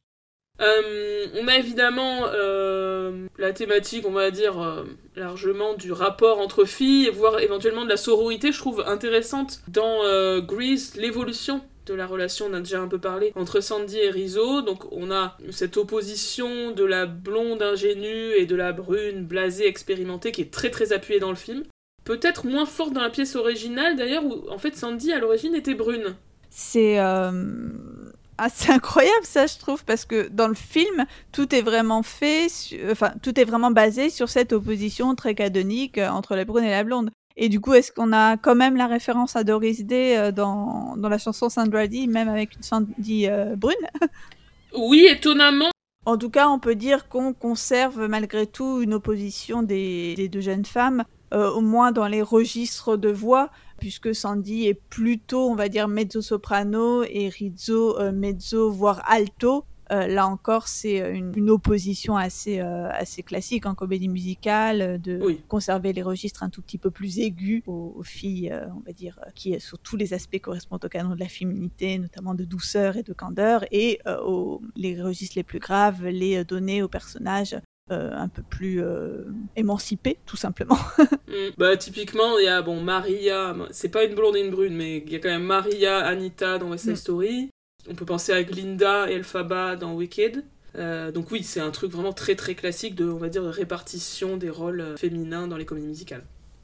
On a évidemment la thématique, on va dire, largement du rapport entre filles, voire éventuellement de la sororité, je trouve intéressante dans Grease, l'évolution de la relation, on a déjà un peu parlé, entre Sandy et Rizzo. Donc on a cette opposition de la blonde ingénue et de la brune blasée expérimentée qui est très très appuyée dans le film. Peut-être moins forte dans la pièce originale d'ailleurs, où en fait Sandy à l'origine était brune. C'est assez incroyable ça, je trouve, parce que dans le film, tout est vraiment tout est vraiment basé sur cette opposition très canonique entre la brune et la blonde. Et du coup, est-ce qu'on a quand même la référence à Doris Day dans la chanson Sandra Dee, même avec une Sandy brune? Oui, étonnamment. En tout cas, on peut dire qu'on conserve malgré tout une opposition des deux jeunes femmes, au moins dans les registres de voix, puisque Sandy est plutôt, on va dire, mezzo-soprano et Rizzo mezzo, voire alto. Là encore, c'est une opposition assez classique en comédie musicale, de conserver les registres un tout petit peu plus aigus aux filles, on va dire, qui sur tous les aspects correspondent au canon de la féminité, notamment de douceur et de candeur, et les registres les plus graves, les donner aux personnages un peu plus émancipés, tout simplement. Bah typiquement, il y a Maria, c'est pas une blonde et une brune, mais il y a quand même Maria, Anita dans West Side Story. On peut penser à Glinda et Elphaba dans Wicked. Donc oui, c'est un truc vraiment très très classique de, on va dire, de répartition des rôles féminins dans les comédies musicales.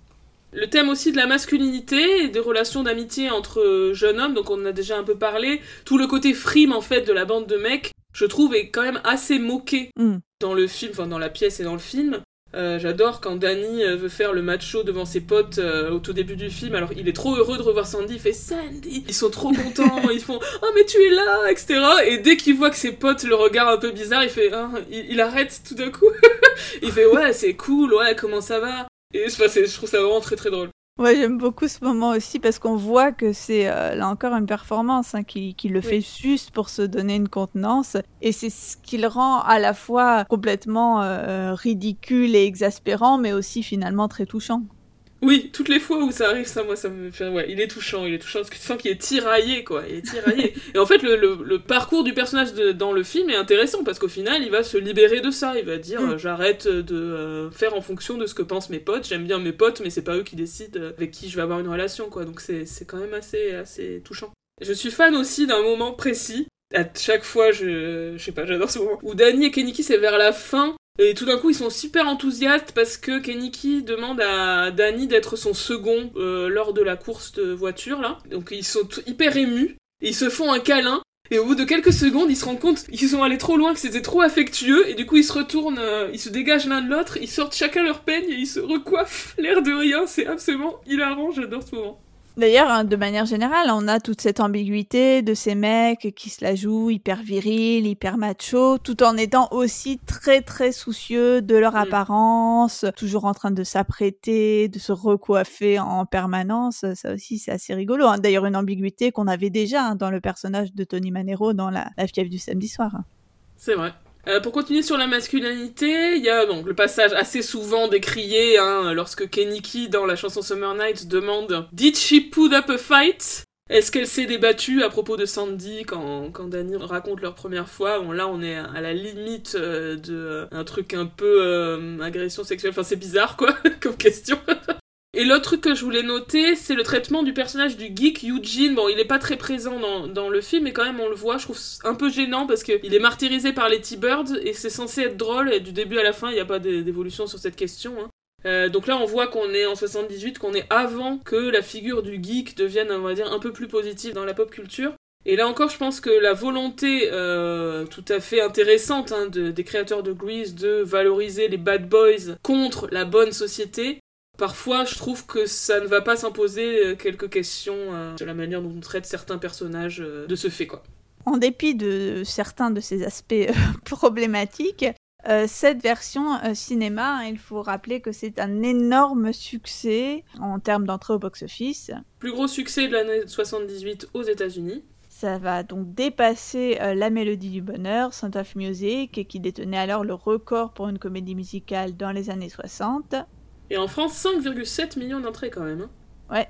Le thème aussi de la masculinité et des relations d'amitié entre jeunes hommes, donc on en a déjà un peu parlé. Tout le côté frime en fait de la bande de mecs, je trouve, est quand même assez moqué dans le film, enfin dans la pièce et dans le film. J'adore quand Danny veut faire le macho devant ses potes au tout début du film. Alors il est trop heureux de revoir Sandy, il fait Sandy, ils sont trop contents, ils font oh mais tu es là, etc. Et dès qu'il voit que ses potes le regardent un peu bizarre, il fait il arrête tout d'un coup. Il fait ouais c'est cool, ouais comment ça va. Et je trouve ça vraiment très très drôle. Ouais, j'aime beaucoup ce moment aussi parce qu'on voit que c'est là encore une performance qui le fait juste pour se donner une contenance, et c'est ce qui le rend à la fois complètement ridicule et exaspérant, mais aussi finalement très touchant. Oui, toutes les fois où ça arrive, ça me fait... Ouais, il est touchant parce que tu sens qu'il est tiraillé, quoi. Il est tiraillé. Et en fait, le parcours du personnage dans le film est intéressant, parce qu'au final, il va se libérer de ça. Il va dire, j'arrête de faire en fonction de ce que pensent mes potes. J'aime bien mes potes, mais c'est pas eux qui décident avec qui je vais avoir une relation, quoi. Donc c'est quand même assez touchant. Je suis fan aussi d'un moment précis. À chaque fois, je sais pas, j'adore ce moment. Où Danny et Kenickie, c'est vers la fin. Et tout d'un coup, ils sont super enthousiastes parce que Kenickie demande à Danny d'être son second lors de la course de voiture, là. Donc ils sont hyper émus, et ils se font un câlin, et au bout de quelques secondes, ils se rendent compte qu'ils sont allés trop loin, que c'était trop affectueux, et du coup, ils se retournent, ils se dégagent l'un de l'autre, ils sortent chacun leur peigne, et ils se recoiffent, l'air de rien, c'est absolument hilarant, j'adore ce moment. D'ailleurs, de manière générale, on a toute cette ambiguïté de ces mecs qui se la jouent hyper viril, hyper macho, tout en étant aussi très très soucieux de leur apparence, toujours en train de s'apprêter, de se recoiffer en permanence. Ça aussi, c'est assez rigolo. D'ailleurs, une ambiguïté qu'on avait déjà dans le personnage de Tony Manero dans la fièvre du samedi soir. C'est vrai. Pour continuer sur la masculinité, il y a donc le passage assez souvent décrié lorsque Kenickie, dans la chanson Summer Nights, demande « Did she put up a fight ?» Est-ce qu'elle s'est débattue à propos de Sandy quand Danny raconte leur première fois? Bon, là, on est à la limite de un truc un peu agression sexuelle. Enfin, c'est bizarre, quoi, comme question. Et l'autre truc que je voulais noter, c'est le traitement du personnage du geek Eugene. Bon, il est pas très présent dans le film, mais quand même on le voit. Je trouve un peu gênant parce qu'il est martyrisé par les T-Birds et c'est censé être drôle, et du début à la fin, il n'y a pas d'évolution sur cette question. Donc là, on voit qu'on est en 78, qu'on est avant que la figure du geek devienne, on va dire, un peu plus positive dans la pop culture. Et là encore, je pense que la volonté tout à fait intéressante des créateurs de Grease de valoriser les bad boys contre la bonne société, parfois, je trouve que ça ne va pas s'imposer quelques questions de la manière dont on traite certains personnages de ce fait, quoi. En dépit de certains de ces aspects problématiques, cette version cinéma, il faut rappeler que c'est un énorme succès en termes d'entrée au box-office. Plus gros succès de l'année 78 aux États-Unis. Ça va donc dépasser La Mélodie du Bonheur, Sound of Music, qui détenait alors le record pour une comédie musicale dans les années 60. Et en France, 5,7 millions d'entrées quand même. Ouais,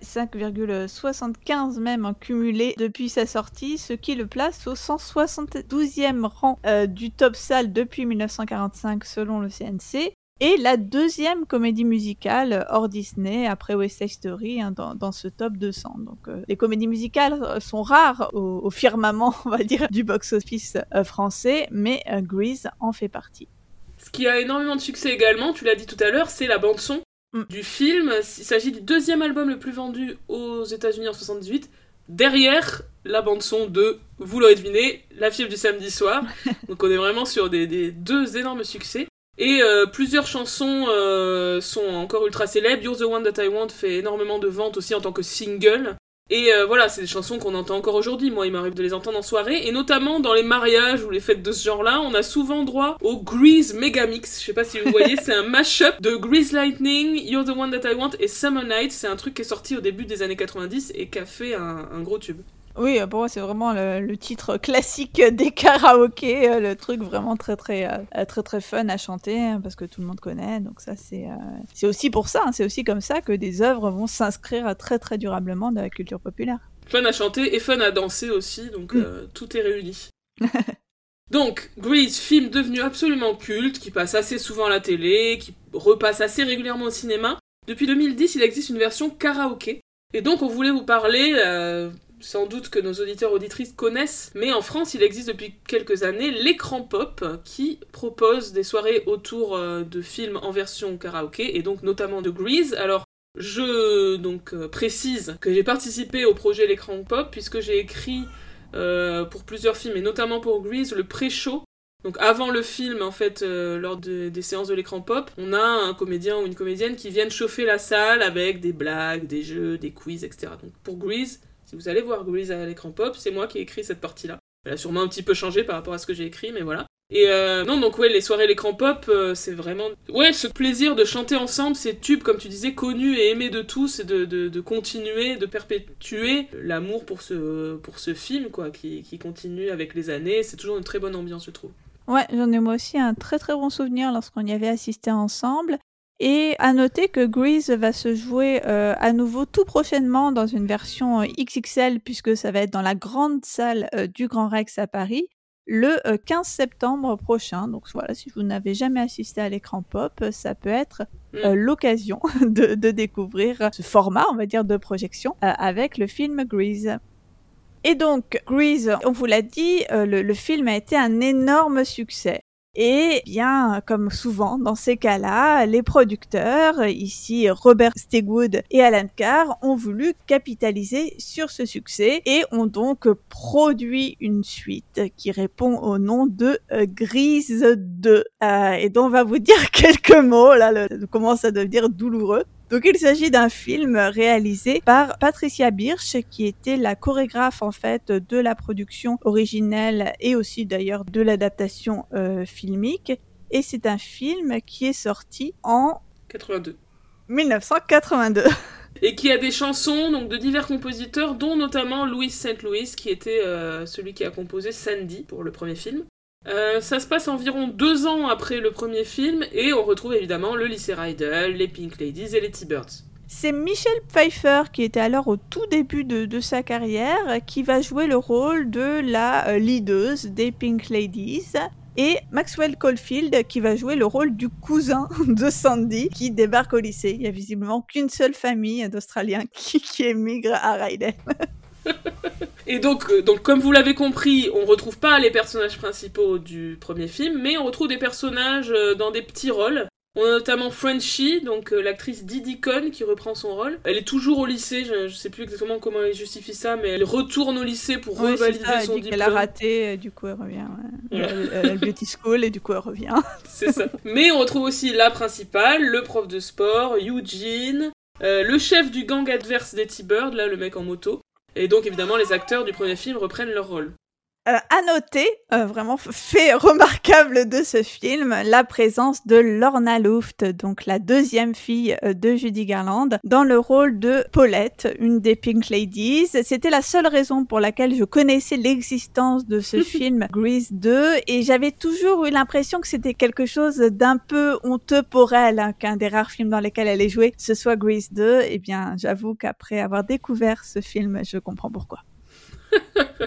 5,75 même en cumulé depuis sa sortie, ce qui le place au 172e rang du top salle depuis 1945 selon le CNC. Et la deuxième comédie musicale hors Disney, après West Side Story, dans ce top 200. Donc les comédies musicales sont rares au firmament, on va dire, du box-office français, mais Grease en fait partie. Ce qui a énormément de succès également, tu l'as dit tout à l'heure, c'est la bande-son du film. Il s'agit du deuxième album le plus vendu aux États-Unis en 78, derrière la bande-son de, vous l'aurez deviné, La fièvre du samedi soir. Donc on est vraiment sur des deux énormes succès. Et plusieurs chansons sont encore ultra célèbres. You're the One That I Want fait énormément de ventes aussi en tant que single. Et voilà, c'est des chansons qu'on entend encore aujourd'hui. Moi, il m'arrive de les entendre en soirée. Et notamment dans les mariages ou les fêtes de ce genre-là, on a souvent droit au Grease Megamix. Je sais pas si vous voyez, c'est un mash-up de Grease Lightning, You're the One That I Want et Summer Night. C'est un truc qui est sorti au début des années 90 et qui a fait un gros tube. Oui, pour moi, c'est vraiment le titre classique des karaokés, le truc vraiment très fun à chanter, parce que tout le monde connaît. Donc ça, c'est aussi pour ça, c'est aussi comme ça que des œuvres vont s'inscrire très très durablement dans la culture populaire. Fun à chanter et fun à danser aussi, donc tout est réuni. Donc, Grease, film devenu absolument culte, qui passe assez souvent à la télé, qui repasse assez régulièrement au cinéma. Depuis 2010, il existe une version karaoké. Et donc, on voulait vous parler... sans doute que nos auditeurs auditrices connaissent, mais en France, il existe depuis quelques années l'Écran Pop, qui propose des soirées autour de films en version karaoké, et donc notamment de Grease. Alors, je précise que j'ai participé au projet l'Écran Pop, puisque j'ai écrit pour plusieurs films, et notamment pour Grease, le pré-show. Donc avant le film, en fait, lors des séances de l'Écran Pop, on a un comédien ou une comédienne qui viennent chauffer la salle avec des blagues, des jeux, des quiz, etc. Donc pour Grease, si vous allez voir Grease à l'Écran Pop, c'est moi qui ai écrit cette partie-là. Elle a sûrement un petit peu changé par rapport à ce que j'ai écrit, mais voilà. Et donc les soirées à l'Écran Pop, c'est vraiment... Ouais, ce plaisir de chanter ensemble ces tubes, comme tu disais, connus et aimés de tous, et de continuer, de perpétuer l'amour pour ce film, quoi, qui continue avec les années. C'est toujours une très bonne ambiance, je trouve. Ouais, j'en ai moi aussi un très très bon souvenir lorsqu'on y avait assisté ensemble. Et à noter que Grease va se jouer à nouveau tout prochainement dans une version XXL, puisque ça va être dans la grande salle du Grand Rex à Paris, le 15 septembre prochain. Donc voilà, si vous n'avez jamais assisté à l'Écran Pop, ça peut être l'occasion de découvrir ce format, on va dire, de projection avec le film Grease. Et donc, Grease, on vous l'a dit, le film a été un énorme succès. Et bien, comme souvent dans ces cas-là, les producteurs, ici Robert Stigwood et Alan Carr, ont voulu capitaliser sur ce succès et ont donc produit une suite qui répond au nom de Grease 2. Et dont on va vous dire quelques mots, là, commence à devenir douloureux. Donc il s'agit d'un film réalisé par Patricia Birch, qui était la chorégraphe en fait de la production originelle et aussi d'ailleurs de l'adaptation filmique. Et c'est un film qui est sorti en 1982. Et qui a des chansons donc, de divers compositeurs, dont notamment Louis St. Louis, qui était celui qui a composé Sandy pour le premier film. Ça se passe environ 2 ans après le premier film, et on retrouve évidemment le lycée Ryder, les Pink Ladies et les T-Birds. C'est Michelle Pfeiffer, qui était alors au tout début de sa carrière, qui va jouer le rôle de la leaduse des Pink Ladies, et Maxwell Caulfield, qui va jouer le rôle du cousin de Sandy, qui débarque au lycée. Il n'y a visiblement qu'une seule famille d'Australiens qui émigre à Ryder. Et donc, comme vous l'avez compris, on retrouve pas les personnages principaux du premier film, mais on retrouve des personnages dans des petits rôles. On a notamment Frenchie, donc l'actrice Didi Conn, qui reprend son rôle. Elle est toujours au lycée, je sais plus exactement comment elle justifie ça, mais elle retourne au lycée pour revalider son diplôme. Elle a raté, et du coup elle revient. Ouais. Elle beauty school, et du coup elle revient. C'est ça. Mais on retrouve aussi la principale, le prof de sport, Eugene, le chef du gang adverse des T-Birds, là le mec en moto. Et donc, évidemment, les acteurs du premier film reprennent leur rôle. À noter, vraiment fait remarquable de ce film, la présence de Lorna Luft, donc la deuxième fille de Judy Garland, dans le rôle de Paulette, une des Pink Ladies. C'était la seule raison pour laquelle je connaissais l'existence de ce film Grease 2, et j'avais toujours eu l'impression que c'était quelque chose d'un peu honteux pour elle, qu'un des rares films dans lesquels elle est jouée, ce soit Grease 2. Eh bien, j'avoue qu'après avoir découvert ce film, je comprends pourquoi.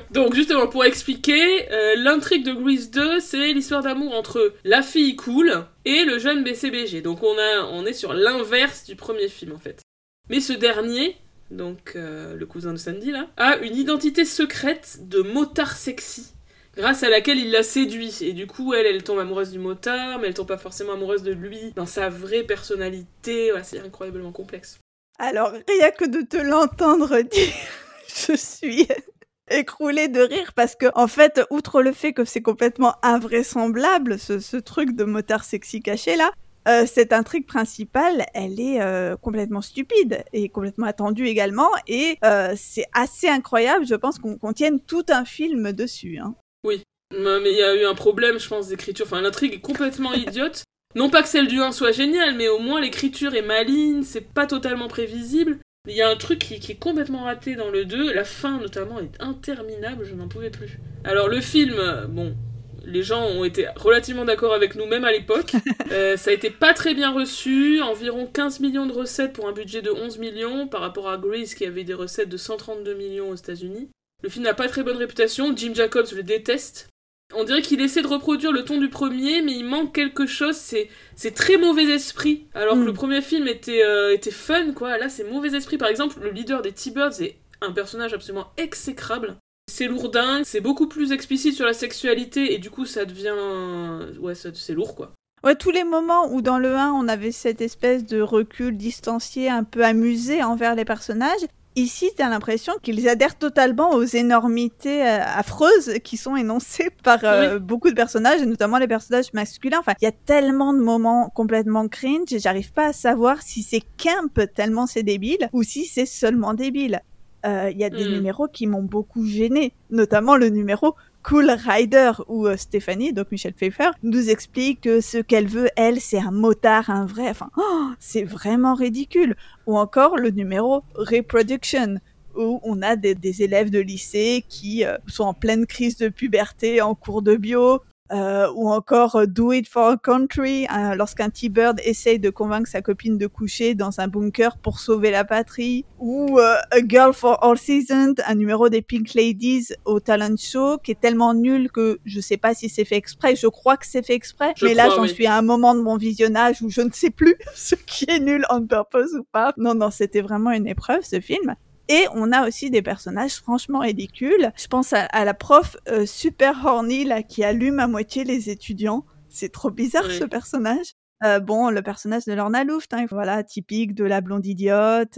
Donc justement, pour expliquer, l'intrigue de Grease 2, c'est l'histoire d'amour entre la fille cool et le jeune BCBG. Donc on est sur l'inverse du premier film en fait. Mais ce dernier, donc le cousin de Sandy là, a une identité secrète de motard sexy, grâce à laquelle il la séduit. Et du coup, elle tombe amoureuse du motard, mais elle tombe pas forcément amoureuse de lui dans sa vraie personnalité. Ouais, c'est incroyablement complexe. Alors, rien que de te l'entendre dire, je suis écroulée de rire parce que, en fait, outre le fait que c'est complètement invraisemblable, ce truc de motard sexy caché là, cette intrigue principale, elle est complètement stupide et complètement attendue également. Et c'est assez incroyable, je pense, qu'on tienne tout un film dessus. Hein. Oui, mais il y a eu un problème, je pense, d'écriture. Enfin, l'intrigue est complètement idiote. Non pas que celle du 1 soit géniale, mais au moins l'écriture est maligne, c'est pas totalement prévisible. Il y a un truc qui est complètement raté dans le 2, la fin notamment est interminable, je n'en pouvais plus. Alors le film, bon, les gens ont été relativement d'accord avec nous, même à l'époque. Ça a été pas très bien reçu, environ 15 millions de recettes pour un budget de 11 millions, par rapport à Grease qui avait des recettes de 132 millions aux États-Unis. Le film n'a pas très bonne réputation, Jim Jacobs le déteste. On dirait qu'il essaie de reproduire le ton du premier, mais il manque quelque chose, c'est très mauvais esprit. Alors que le premier film était fun, quoi. Là, c'est mauvais esprit. Par exemple, le leader des T-Birds est un personnage absolument exécrable. C'est lourdingue, c'est beaucoup plus explicite sur la sexualité, et du coup, ça devient... Ouais, c'est lourd, quoi. Ouais, tous les moments où dans le 1, on avait cette espèce de recul distancié, un peu amusé envers les personnages, ici, t'as l'impression qu'ils adhèrent totalement aux énormités affreuses qui sont énoncées par beaucoup de personnages, et notamment les personnages masculins. Enfin, il y a tellement de moments complètement cringe, et j'arrive pas à savoir si c'est camp tellement c'est débile, ou si c'est seulement débile. Il y a des numéros qui m'ont beaucoup gênée, notamment le numéro Cool Rider, où Stéphanie, donc Michelle Pfeiffer, nous explique que ce qu'elle veut, elle, c'est un motard, un vrai... Enfin, c'est vraiment ridicule. Ou encore le numéro Reproduction, où on a des élèves de lycée qui sont en pleine crise de puberté en cours de bio, ou encore Do It for a Country, lorsqu'un T-Bird essaye de convaincre sa copine de coucher dans un bunker pour sauver la patrie, ou A Girl for All Seasons, un numéro des Pink Ladies au talent show qui est tellement nul que je sais pas si c'est fait exprès, je crois que c'est fait exprès, mais là j'en suis à un moment de mon visionnage où je ne sais plus ce qui est nul on purpose ou pas. Non, c'était vraiment une épreuve ce film. Et on a aussi des personnages franchement ridicules. Je pense à la prof super horny là, qui allume à moitié les étudiants. C'est trop bizarre ce personnage. Le personnage de Lorna Luft, hein, voilà, typique de la blonde idiote,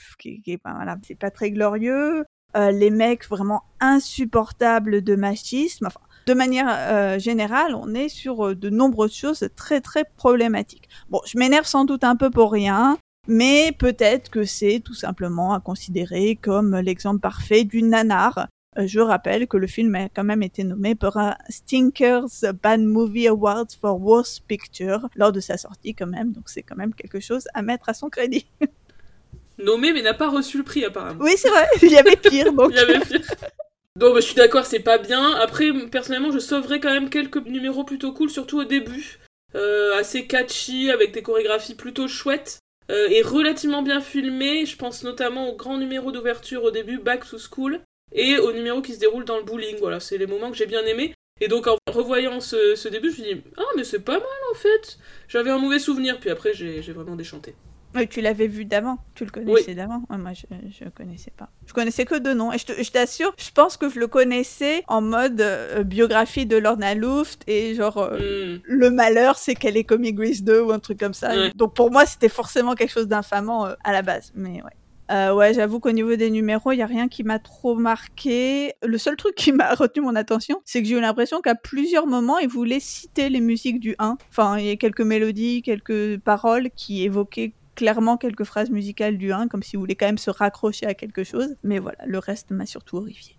voilà, c'est pas très glorieux. Les mecs vraiment insupportables de machisme. Enfin, de manière générale, on est sur de nombreuses choses très très problématiques. Bon, je m'énerve sans doute un peu pour rien. Mais peut-être que c'est tout simplement à considérer comme l'exemple parfait du nanar. Je rappelle que le film a quand même été nommé pour un Stinkers Bad Movie Awards for Worst Picture lors de sa sortie quand même, donc c'est quand même quelque chose à mettre à son crédit. Nommé mais n'a pas reçu le prix apparemment. Oui, c'est vrai, il y avait pire donc. Il y avait pire. Donc je suis d'accord, c'est pas bien. Après, personnellement, je sauverais quand même quelques numéros plutôt cool, surtout au début. Assez catchy, avec des chorégraphies plutôt chouettes. Et relativement bien filmé, je pense notamment au grand numéro d'ouverture au début, Back to School, et au numéro qui se déroule dans le bowling. Voilà, c'est les moments que j'ai bien aimés. Et donc en revoyant ce début, je me suis dit « Ah, mais c'est pas mal en fait !» J'avais un mauvais souvenir, puis après j'ai vraiment déchanté. Oui, tu l'avais vu d'avant, tu le connaissais d'avant. Ouais, moi, je connaissais pas. Je connaissais que deux noms. Et je t'assure, je pense que je le connaissais en mode biographie de Lorna Luft et genre le malheur, c'est qu'elle est commis Grease 2 ou un truc comme ça. Ouais. Donc pour moi, c'était forcément quelque chose d'infamant à la base. Mais ouais. J'avoue qu'au niveau des numéros, il y a rien qui m'a trop marqué. Le seul truc qui m'a retenu mon attention, c'est que j'ai eu l'impression qu'à plusieurs moments, ils voulaient citer les musiques du 1. Enfin, il y a quelques mélodies, quelques paroles qui évoquaient clairement quelques phrases musicales du 1, comme si vous voulez quand même se raccrocher à quelque chose. Mais voilà, le reste m'a surtout horrifié.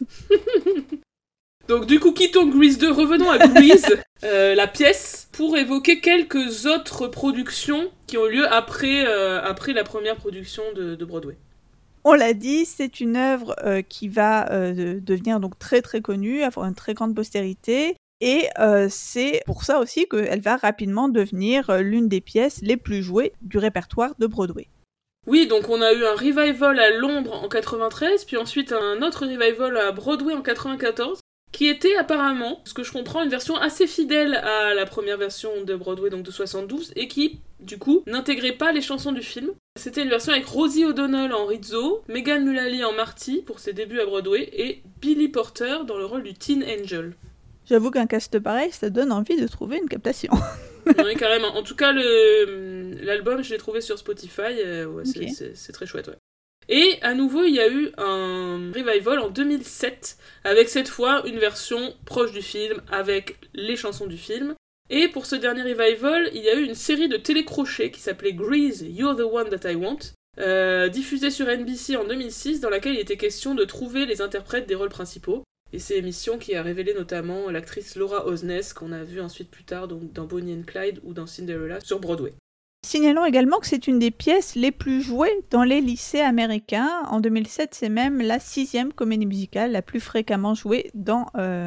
Donc du coup, quittons Grease 2, revenons à Grease, la pièce, pour évoquer quelques autres productions qui ont lieu après la première production de Broadway. On l'a dit, c'est une œuvre qui va devenir donc très très connue, avoir une très grande postérité. Et c'est pour ça aussi qu'elle va rapidement devenir l'une des pièces les plus jouées du répertoire de Broadway. Oui, donc on a eu un revival à Londres en 93, puis ensuite un autre revival à Broadway en 94, qui était apparemment, ce que je comprends, une version assez fidèle à la première version de Broadway, donc de 72, et qui, du coup, n'intégrait pas les chansons du film. C'était une version avec Rosie O'Donnell en Rizzo, Megan Mullally en Marty pour ses débuts à Broadway, et Billy Porter dans le rôle du Teen Angel. J'avoue qu'un cast pareil, ça donne envie de trouver une captation. Oui, carrément. En tout cas, l'album, je l'ai trouvé sur Spotify, ouais, Ok. c'est très chouette, ouais. Et à nouveau, il y a eu un revival en 2007, avec cette fois une version proche du film, avec les chansons du film. Et pour ce dernier revival, il y a eu une série de télécrochets qui s'appelait Grease, You're the One That I Want, diffusée sur NBC en 2006, dans laquelle il était question de trouver les interprètes des rôles principaux. Et c'est l'émission qui a révélé notamment l'actrice Laura Osnes, qu'on a vue ensuite plus tard donc, dans Bonnie and Clyde ou dans Cinderella sur Broadway. Signalons également que c'est une des pièces les plus jouées dans les lycées américains. En 2007, c'est même la 6e comédie musicale la plus fréquemment jouée dans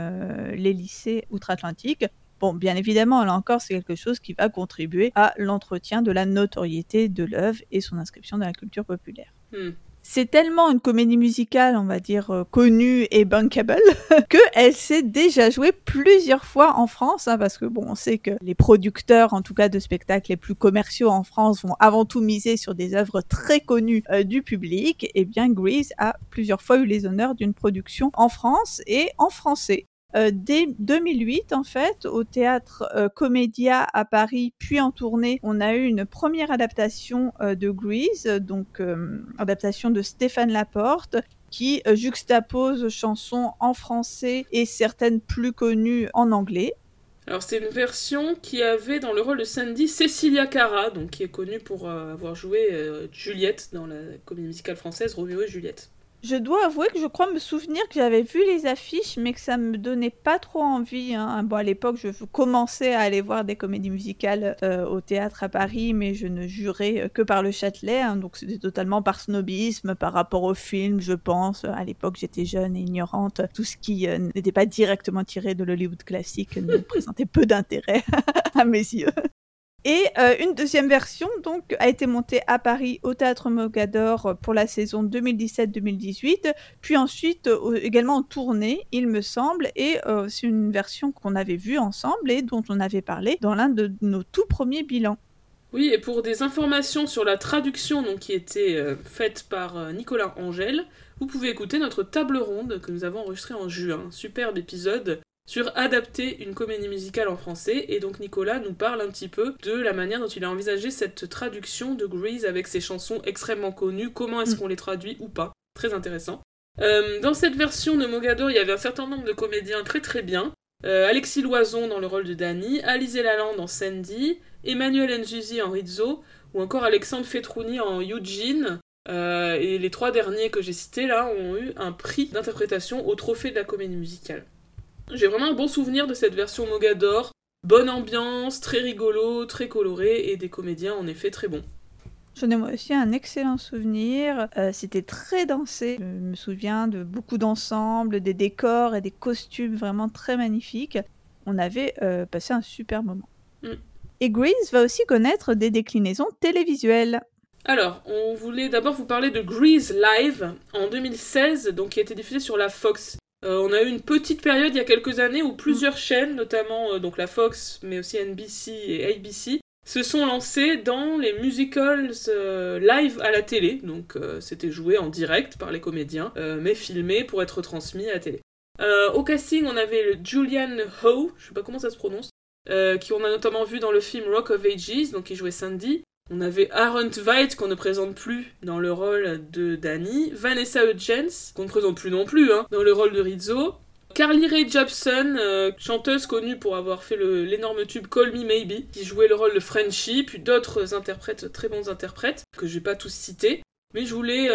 les lycées outre-Atlantique. Bon, bien évidemment, là encore, c'est quelque chose qui va contribuer à l'entretien de la notoriété de l'œuvre et son inscription dans la culture populaire. C'est tellement une comédie musicale, on va dire, connue et bankable, qu'elle s'est déjà jouée plusieurs fois en France, hein, parce que bon, on sait que les producteurs, en tout cas de spectacles les plus commerciaux en France, vont avant tout miser sur des œuvres très connues du public. Et bien, Grease a plusieurs fois eu les honneurs d'une production en France et en français. Dès 2008, en fait, au théâtre Comédia à Paris, puis en tournée, on a eu une première adaptation de Grease, donc adaptation de Stéphane Laporte, qui juxtapose chansons en français et certaines plus connues en anglais. Alors c'est une version qui avait dans le rôle de Sandy Cecilia Cara, donc qui est connue pour avoir joué Juliette dans la comédie musicale française Roméo et Juliette. Je dois avouer que je crois me souvenir que j'avais vu les affiches, mais que ça me donnait pas trop envie, hein. Bon, à l'époque, je commençais à aller voir des comédies musicales au théâtre à Paris, mais je ne jurais que par le Châtelet, hein, donc c'était totalement par snobisme, par rapport au film, je pense. À l'époque, j'étais jeune et ignorante. Tout ce qui n'était pas directement tiré de l'Hollywood classique ne présentait peu d'intérêt à mes yeux. Et une deuxième version donc a été montée à Paris au Théâtre Mogador pour la saison 2017-2018, puis ensuite également en tournée, il me semble, et c'est une version qu'on avait vue ensemble et dont on avait parlé dans l'un de nos tout premiers bilans. Oui, et pour des informations sur la traduction donc, qui était faite par Nicolas Angel, vous pouvez écouter notre table ronde que nous avons enregistrée en juin, superbe épisode sur adapter une comédie musicale en français, et donc Nicolas nous parle un petit peu de la manière dont il a envisagé cette traduction de Grease avec ses chansons extrêmement connues, comment est-ce qu'on les traduit ou pas, très intéressant. Dans cette version de Mogador, il y avait un certain nombre de comédiens très très bien, Alexis Loison dans le rôle de Danny, Alizé Lalande en Sandy, Emmanuel Nzuzi en Rizzo, ou encore Alexandre Fetrouni en Eugene, et les trois derniers que j'ai cités là ont eu un prix d'interprétation au trophée de la comédie musicale. J'ai vraiment un bon souvenir de cette version Mogador, bonne ambiance, très rigolo, très coloré, et des comédiens en effet très bons. J'en ai moi aussi un excellent souvenir, c'était très dansé, je me souviens de beaucoup d'ensembles, des décors et des costumes vraiment très magnifiques. On avait passé un super moment. Et Grease va aussi connaître des déclinaisons télévisuelles. Alors, on voulait d'abord vous parler de Grease Live en 2016, donc qui a été diffusé sur la Fox. On a eu une petite période il y a quelques années où plusieurs chaînes, notamment donc la Fox, mais aussi NBC et ABC, se sont lancées dans les musicals live à la télé. Donc c'était joué en direct par les comédiens, mais filmé pour être transmis à la télé. Au casting, on avait le Julianne Hough, je sais pas comment ça se prononce, qui on a notamment vu dans le film Rock of Ages, donc qui jouait Sandy. On avait Aaron Tveit, qu'on ne présente plus dans le rôle de Danny, Vanessa Hudgens, qu'on ne présente plus non plus, hein, dans le rôle de Rizzo, Carly Rae Jepsen, chanteuse connue pour avoir fait l'énorme tube Call Me Maybe, qui jouait le rôle de Frenchie, puis d'autres interprètes, très bons interprètes, que je vais pas tous citer. Mais je voulais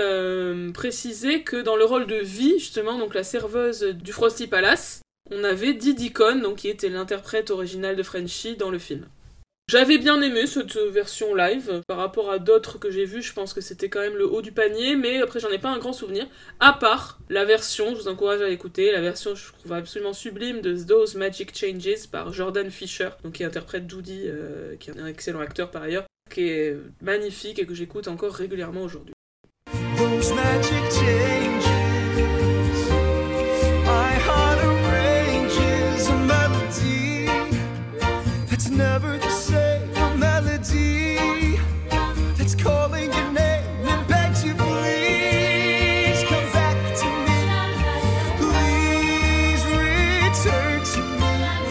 préciser que dans le rôle de Vi, justement, donc la serveuse du Frosty Palace, on avait Didi Conn, donc qui était l'interprète originale de Frenchie dans le film. J'avais bien aimé cette version live, par rapport à d'autres que j'ai vues, je pense que c'était quand même le haut du panier, mais après j'en ai pas un grand souvenir, à part la version, je vous encourage à l'écouter, la version je trouve absolument sublime de Those Magic Changes par Jordan Fisher, donc qui interprète Doody, qui est un excellent acteur par ailleurs. qui est magnifique et que j'écoute encore régulièrement aujourd'hui. Those magic changes, my heart arranges a melody that's never the same, a melody that's calling your name and begs you please come back to me, please return to me.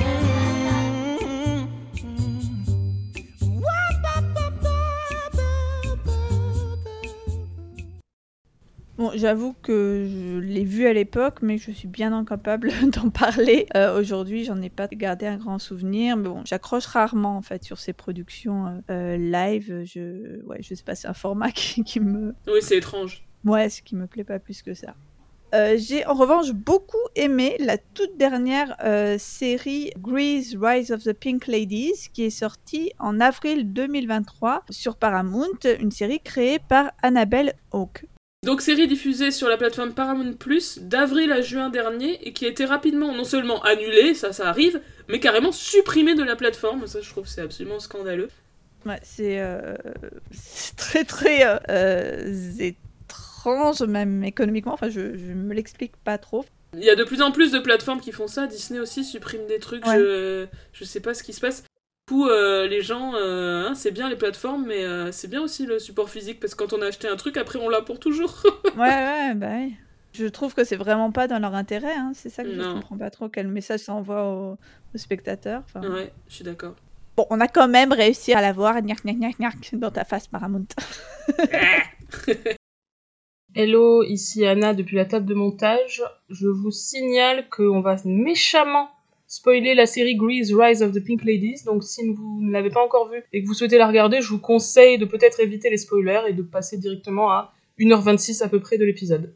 Bon, j'avoue que je l'ai vu à l'époque, mais je suis bien incapable d'en parler. Aujourd'hui, j'en ai pas gardé un grand souvenir, mais bon, j'accroche rarement en fait sur ces productions live. Je sais pas, c'est un format qui me... Oui, c'est étrange. Ouais, ce qui me plaît pas plus que ça. J'ai en revanche beaucoup aimé la toute dernière série Grease Rise of the Pink Ladies qui est sortie en avril 2023 sur Paramount, une série créée par Annabelle Hawke. Donc série diffusée sur la plateforme Paramount+, d'avril à juin dernier, et qui a été rapidement non seulement annulée, ça arrive, mais carrément supprimée de la plateforme. Ça, je trouve que c'est absolument scandaleux. Ouais, c'est très très étrange, même économiquement. Enfin, je me l'explique pas trop. Il y a de plus en plus de plateformes qui font ça. Disney aussi supprime des trucs, Ouais. je sais pas ce qui se passe. Du coup, les gens, c'est bien les plateformes, mais c'est bien aussi le support physique, parce que quand on a acheté un truc, après on l'a pour toujours. Ouais, bah oui. Je trouve que c'est vraiment pas dans leur intérêt, hein. C'est ça que je Non. comprends pas trop, quel message ça envoie aux spectateurs. Enfin, Ouais, je suis d'accord. Bon, on a quand même réussi à la voir, gnac, gnac, gnac, gnac, dans ta face, Paramount. Hello, ici Anna depuis la table de montage. Je vous signale qu'on va méchamment spoiler la série Grease Rise of the Pink Ladies, donc si vous ne l'avez pas encore vue et que vous souhaitez la regarder, je vous conseille de peut-être éviter les spoilers et de passer directement à 1h26 à peu près de l'épisode.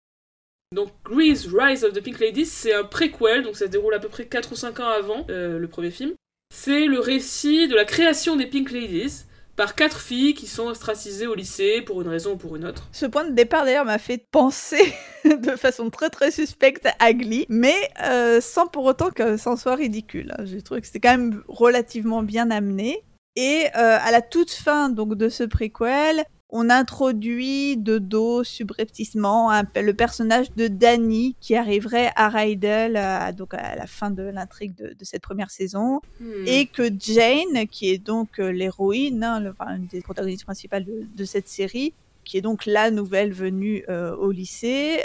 Donc Grease Rise of the Pink Ladies, c'est un préquel, donc ça se déroule à peu près 4 ou 5 ans avant le premier film. C'est le récit de la création des Pink Ladies par 4 filles qui sont ostracisées au lycée pour une raison ou pour une autre. Ce point de départ, d'ailleurs, m'a fait penser de façon très très suspecte à Glee, mais sans pour autant que ça en soit ridicule. J'ai trouvé que c'était quand même relativement bien amené. Et à la toute fin donc, de ce préquel, on introduit de dos subrepticement le personnage de Danny qui arriverait à Rydell donc à la fin de l'intrigue de cette première saison, et que Jane, qui est donc l'héroïne, une des protagonistes principales de cette série, qui est donc la nouvelle venue au lycée,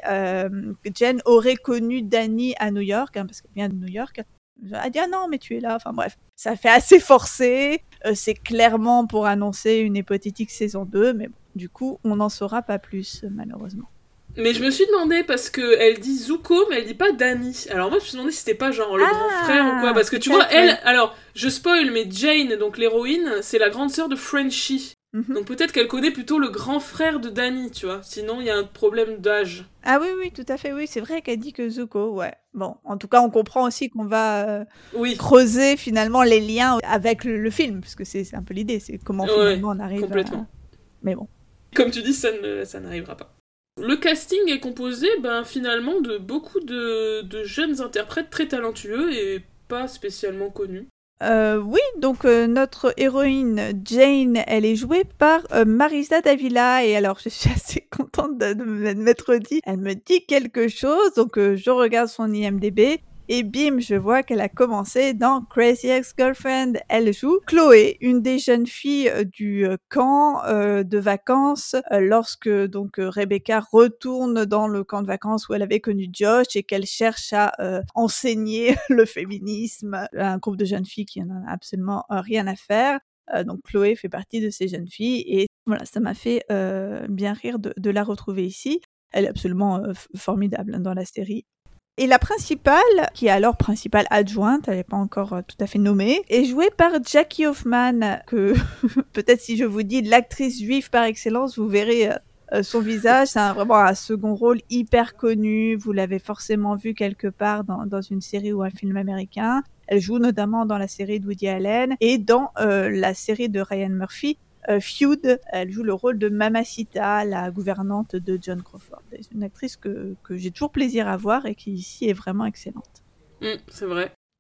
Jane aurait connu Danny à New York, parce qu'elle vient de New York. Elle a dit ah non mais tu es là, enfin bref, ça fait assez forcé, c'est clairement pour annoncer une hypothétique saison 2, mais bon, du coup on n'en saura pas plus malheureusement. Mais je me suis demandé, parce que elle dit Zuko, mais elle dit pas Danny. Alors moi je me suis demandé si c'était pas genre le grand frère ou quoi, parce que tu vois, elle, alors je spoil, mais Jane, donc l'héroïne, c'est la grande sœur de Frenchie. Donc peut-être qu'elle connaît plutôt le grand frère de Danny, tu vois. Sinon, il y a un problème d'âge. Ah oui, tout à fait, oui. C'est vrai qu'elle dit que Zuko, ouais. Bon, en tout cas, on comprend aussi qu'on va creuser finalement les liens avec le film, parce que c'est un peu l'idée, c'est comment finalement on arrive complètement. Mais bon. Comme tu dis, ça n'arrivera pas. Le casting est composé, finalement, de beaucoup de jeunes interprètes très talentueux et pas spécialement connus. Oui, donc notre héroïne Jane, elle est jouée par Marisa Davila, et alors je suis assez contente de m'être dit, elle me dit quelque chose, donc je regarde son IMDb, et bim, je vois qu'elle a commencé dans Crazy Ex-Girlfriend. Elle joue Chloé, une des jeunes filles du camp de vacances, lorsque donc Rebecca retourne dans le camp de vacances où elle avait connu Josh et qu'elle cherche à enseigner le féminisme à un groupe de jeunes filles qui n'en a absolument rien à faire. Donc Chloé fait partie de ces jeunes filles, et voilà, ça m'a fait bien rire de la retrouver ici. Elle est absolument formidable dans la série. Et la principale, qui est alors principale adjointe, elle n'est pas encore tout à fait nommée, est jouée par Jackie Hoffman, que peut-être si je vous dis l'actrice juive par excellence, vous verrez son visage. C'est vraiment un second rôle hyper connu, vous l'avez forcément vu quelque part dans une série ou un film américain. Elle joue notamment dans la série de Woody Allen et dans la série de Ryan Murphy, Feud. Elle joue le rôle de Mamacita, la gouvernante de John Crawford. C'est une actrice que j'ai toujours plaisir à voir et qui ici est vraiment excellente. C'est vrai.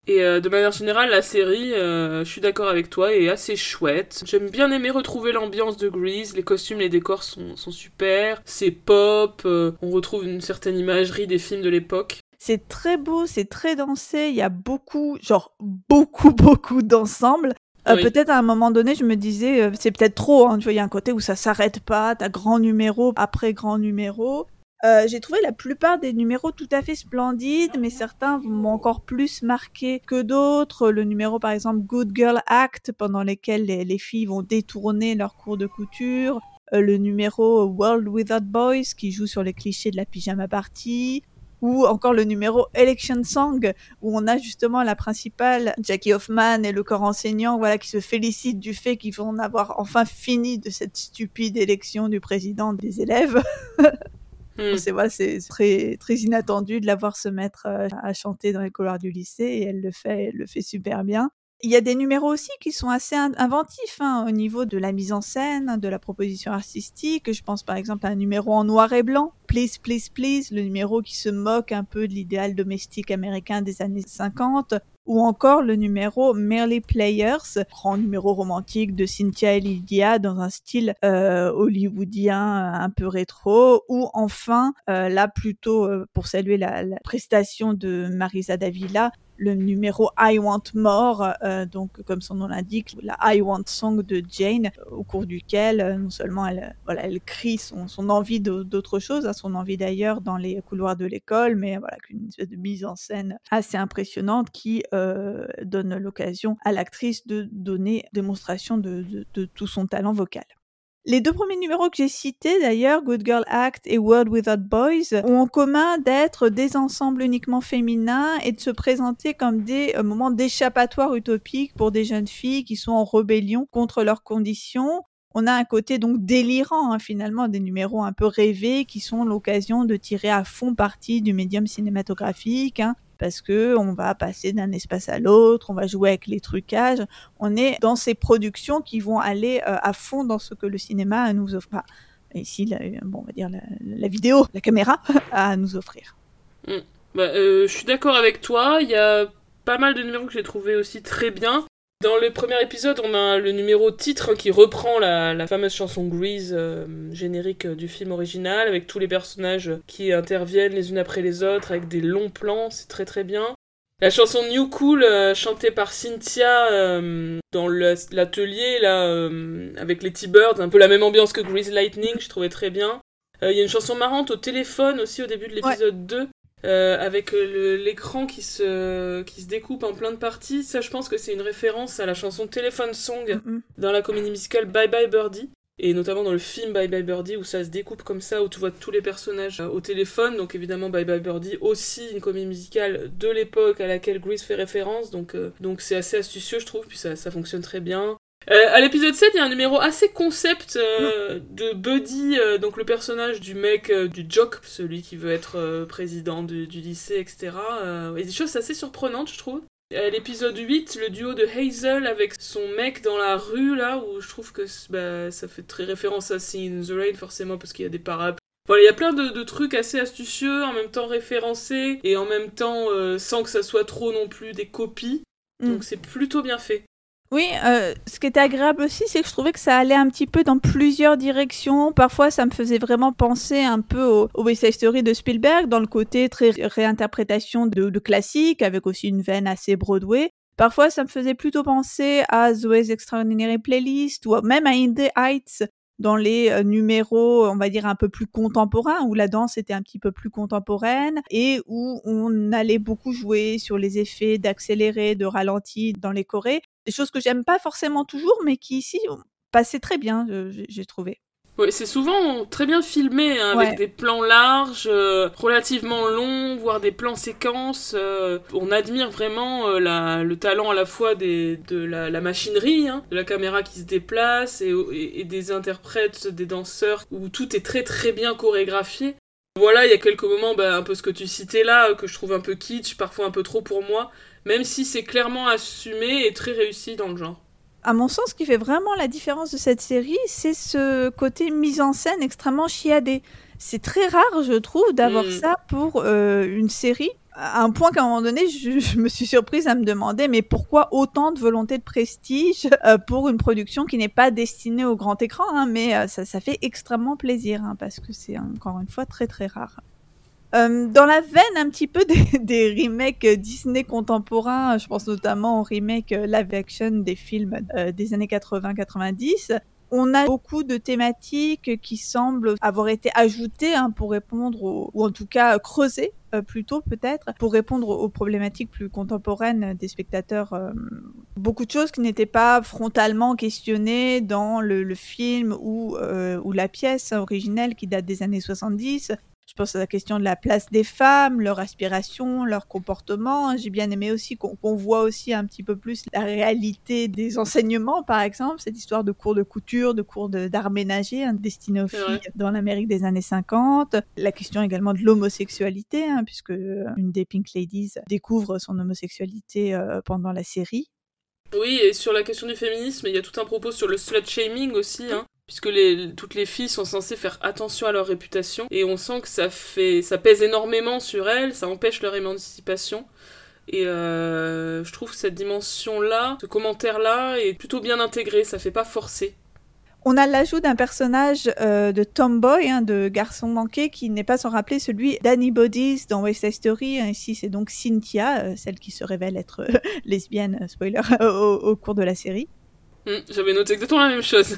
Et de manière générale, la série, je suis d'accord avec toi, est assez chouette. J'aime bien aimer retrouver l'ambiance de Grease, les costumes, les décors sont super, c'est pop, on retrouve une certaine imagerie des films de l'époque. C'est très beau, c'est très dansé, il y a beaucoup d'ensemble. Oui. Peut-être à un moment donné, je me disais, c'est peut-être trop, hein, tu vois, il y a un côté où ça s'arrête pas, t'as grand numéro après grand numéro. J'ai trouvé la plupart des numéros tout à fait splendides, mais certains m'ont encore plus marqué que d'autres. Le numéro, par exemple, Good Girl Act, pendant lesquels les filles vont détourner leur cours de couture. Le numéro World Without Boys, qui joue sur les clichés de la pyjama party. Ou encore le numéro Election Song, où on a justement la principale, Jackie Hoffman, et le corps enseignant, voilà, qui se félicitent du fait qu'ils vont en avoir enfin fini de cette stupide élection du président des élèves. C'est très, très inattendu de la voir se mettre à chanter dans les couloirs du lycée, et elle le fait super bien. Il y a des numéros aussi qui sont assez inventifs au niveau de la mise en scène, de la proposition artistique. Je pense par exemple à un numéro en noir et blanc, Please, Please, Please, le numéro qui se moque un peu de l'idéal domestique américain des années 50. Ou encore le numéro Merely Players, grand numéro romantique de Cynthia et Lydia dans un style hollywoodien un peu rétro. Ou enfin, là plutôt pour saluer la prestation de Marisa Davila, le numéro I Want More, donc comme son nom l'indique, la I Want Song de Jane, au cours duquel non seulement elle crie son envie d'autre chose, son envie d'ailleurs dans les couloirs de l'école, mais voilà, qu'une espèce de mise en scène assez impressionnante qui donne l'occasion à l'actrice de donner démonstration de tout son talent vocal. Les deux premiers numéros que j'ai cités d'ailleurs, Good Girl Act et World Without Boys, ont en commun d'être des ensembles uniquement féminins et de se présenter comme des moments d'échappatoire utopique pour des jeunes filles qui sont en rébellion contre leurs conditions. On a un côté donc délirant finalement, des numéros un peu rêvés qui sont l'occasion de tirer à fond parti du médium cinématographique, parce que on va passer d'un espace à l'autre, on va jouer avec les trucages, on est dans ces productions qui vont aller à fond dans ce que le cinéma nous offre. Enfin, ici, on va dire la vidéo, la caméra, a à nous offrir. Je suis d'accord avec toi, il y a pas mal de numéros que j'ai trouvé aussi très bien. Dans le premier épisode, on a le numéro titre qui reprend la fameuse chanson Grease, générique du film original, avec tous les personnages qui interviennent les unes après les autres, avec des longs plans, c'est très très bien. La chanson New Cool, chantée par Cynthia dans l'atelier, là, avec les T-Birds, un peu la même ambiance que Grease Lightning, je trouvais très bien. Il y a une chanson marrante au téléphone aussi au début de l'épisode 2. Avec l'écran qui se découpe en plein de parties. Ça, je pense que c'est une référence à la chanson Telephone Song dans la comédie musicale Bye Bye Birdie, et notamment dans le film Bye Bye Birdie où ça se découpe comme ça, où tu vois tous les personnages au téléphone. Donc évidemment Bye Bye Birdie, aussi une comédie musicale de l'époque à laquelle Grease fait référence, donc c'est assez astucieux je trouve, puis ça fonctionne très bien. À l'épisode 7, il y a un numéro assez concept de Buddy, donc le personnage du mec, du jock, celui qui veut être président du lycée, etc. Et des choses assez surprenantes, je trouve. À l'épisode 8, le duo de Hazel avec son mec dans la rue, là, où je trouve que ça fait très référence à Singin' in the Rain, forcément, parce qu'il y a des parapluies. Voilà, il y a plein de trucs assez astucieux, en même temps référencés, et en même temps sans que ça soit trop non plus des copies. Donc c'est plutôt bien fait. Oui, ce qui était agréable aussi, c'est que je trouvais que ça allait un petit peu dans plusieurs directions. Parfois, ça me faisait vraiment penser un peu au West Side Story de Spielberg, dans le côté très réinterprétation de classiques, avec aussi une veine assez Broadway. Parfois, ça me faisait plutôt penser à Zoe's Extraordinary Playlist, ou même à In the Heights, dans les numéros, on va dire, un peu plus contemporains, où la danse était un petit peu plus contemporaine, et où on allait beaucoup jouer sur les effets d'accéléré, de ralenti dans les chorés. Des choses que j'aime pas forcément toujours, mais qui ici passaient très bien, j'ai trouvé. Oui, c'est souvent très bien filmé, avec des plans larges, relativement longs, voire des plans séquences. On admire vraiment le talent à la fois de la machinerie, de la caméra qui se déplace, et des interprètes, des danseurs, où tout est très très bien chorégraphié. Voilà, il y a quelques moments, un peu ce que tu citais là, que je trouve un peu kitsch, parfois un peu trop pour moi, même si c'est clairement assumé et très réussi dans le genre. À mon sens, ce qui fait vraiment la différence de cette série, c'est ce côté mise en scène extrêmement chiadé. C'est très rare, je trouve, d'avoir ça pour une série À un point qu'à un moment donné, je me suis surprise à me demander mais pourquoi autant de volonté de prestige pour une production qui n'est pas destinée au grand écran, hein, mais ça fait extrêmement plaisir, hein, parce que c'est encore une fois très très rare. Dans la veine un petit peu des remakes Disney contemporains, je pense notamment au remake live action des films des années 80-90, on a beaucoup de thématiques qui semblent avoir été ajoutées, hein, pour répondre ou en tout cas creusées plutôt peut-être, pour répondre aux problématiques plus contemporaines des spectateurs. Beaucoup de choses qui n'étaient pas frontalement questionnées dans le film ou la pièce originelle qui date des années 70. Je pense à la question de la place des femmes, leur aspiration, leur comportement. J'ai bien aimé aussi qu'on voit aussi un petit peu plus la réalité des enseignements, par exemple, cette histoire de cours de couture, de cours d'art ménager, hein, destinés aux filles dans l'Amérique des années 50. La question également de l'homosexualité, hein, puisque une des Pink Ladies découvre son homosexualité pendant la série. Oui, et sur la question du féminisme, il y a tout un propos sur le slut-shaming aussi, hein. Puisque toutes les filles sont censées faire attention à leur réputation, et on sent que ça pèse énormément sur elles, ça empêche leur émancipation. Et je trouve que cette dimension-là, ce commentaire-là, est plutôt bien intégré, ça fait pas forcer. On a l'ajout d'un personnage de tomboy, hein, de garçon manqué, qui n'est pas sans rappeler celui d'Annie Bodies dans West Side Story. Ici, c'est donc Cynthia, celle qui se révèle être lesbienne, spoiler, au cours de la série. J'avais noté exactement la même chose.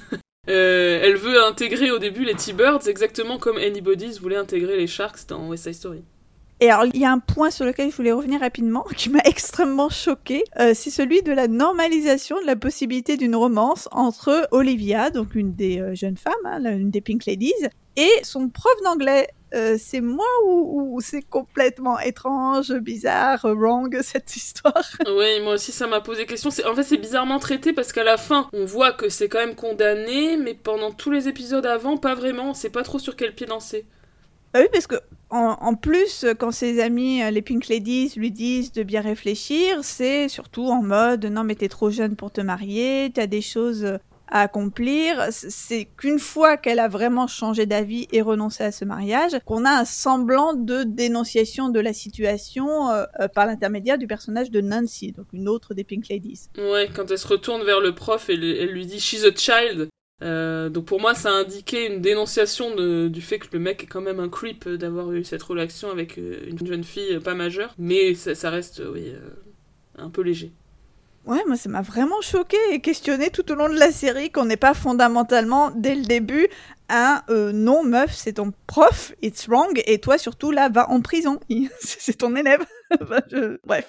Elle veut intégrer au début les T-Birds, exactement comme Annie Bodies voulait intégrer les Sharks dans West Side Story. Et alors, il y a un point sur lequel je voulais revenir rapidement, qui m'a extrêmement choquée, c'est celui de la normalisation de la possibilité d'une romance entre Olivia, donc une des jeunes femmes, hein, une des Pink Ladies, et son prof d'anglais. C'est moi ou c'est complètement étrange, bizarre, wrong, cette histoire? Oui, moi aussi ça m'a posé question. En fait, c'est bizarrement traité parce qu'à la fin, on voit que c'est quand même condamné, mais pendant tous les épisodes avant, pas vraiment. On sait pas trop sur quel pied danser. Oui, parce que en plus, quand ses amis, les Pink Ladies, lui disent de bien réfléchir, c'est surtout en mode « Non, mais t'es trop jeune pour te marier, t'as des choses à accomplir ». C'est qu'une fois qu'elle a vraiment changé d'avis et renoncé à ce mariage, qu'on a un semblant de dénonciation de la situation par l'intermédiaire du personnage de Nancy, donc une autre des Pink Ladies. Ouais, quand elle se retourne vers le prof, elle lui dit « She's a child ». Donc pour moi ça a indiqué une dénonciation du fait que le mec est quand même un creep d'avoir eu cette relation avec une jeune fille pas majeure, mais ça reste un peu léger. Ouais, moi ça m'a vraiment choquée et questionnée tout au long de la série qu'on n'est pas fondamentalement dès le début non meuf c'est ton prof, it's wrong, et toi surtout là va en prison, c'est ton élève. Bref.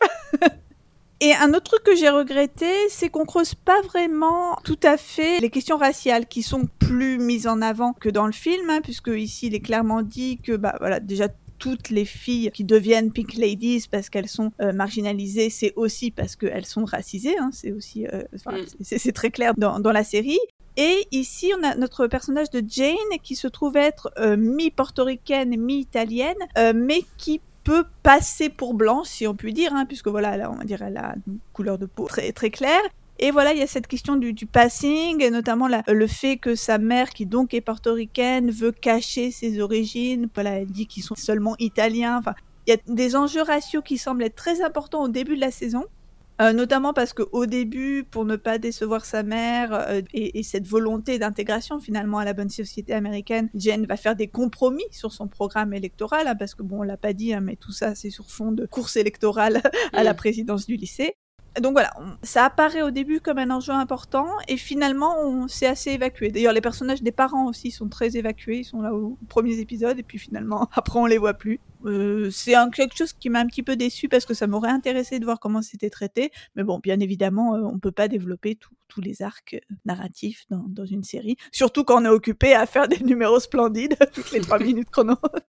Et un autre truc que j'ai regretté, c'est qu'on creuse pas vraiment tout à fait les questions raciales qui sont plus mises en avant que dans le film, hein, puisque ici il est clairement dit que voilà, déjà toutes les filles qui deviennent Pink Ladies parce qu'elles sont marginalisées, c'est aussi parce qu'elles sont racisées, hein, c'est aussi c'est très clair dans la série. Et ici, on a notre personnage de Jane qui se trouve être mi-portoricaine, mi-italienne, mais qui peut passer pour blanche, si on peut dire, hein, puisque voilà, là, on va dire, elle a une couleur de peau très, très claire. Et voilà, il y a cette question du passing, et notamment le fait que sa mère, qui donc est portoricaine, veut cacher ses origines. Voilà, elle dit qu'ils sont seulement italiens. Enfin, il y a des enjeux raciaux qui semblent être très importants au début de la saison. Notamment parce qu'au début, pour ne pas décevoir sa mère et cette volonté d'intégration finalement à la bonne société américaine, Jane va faire des compromis sur son programme électoral, hein, parce que bon, on l'a pas dit, hein, mais tout ça c'est sur fond de course électorale à la présidence du lycée. Donc voilà, ça apparaît au début comme un enjeu important et finalement c'est assez évacué. D'ailleurs les personnages des parents aussi sont très évacués, ils sont là aux premiers épisodes et puis finalement après on les voit plus. C'est quelque chose qui m'a un petit peu déçue parce que ça m'aurait intéressé de voir comment c'était traité, mais bon, bien évidemment on peut pas développer tous les arcs narratifs dans une série, surtout quand on est occupé à faire des numéros splendides toutes les 3 minutes chrono.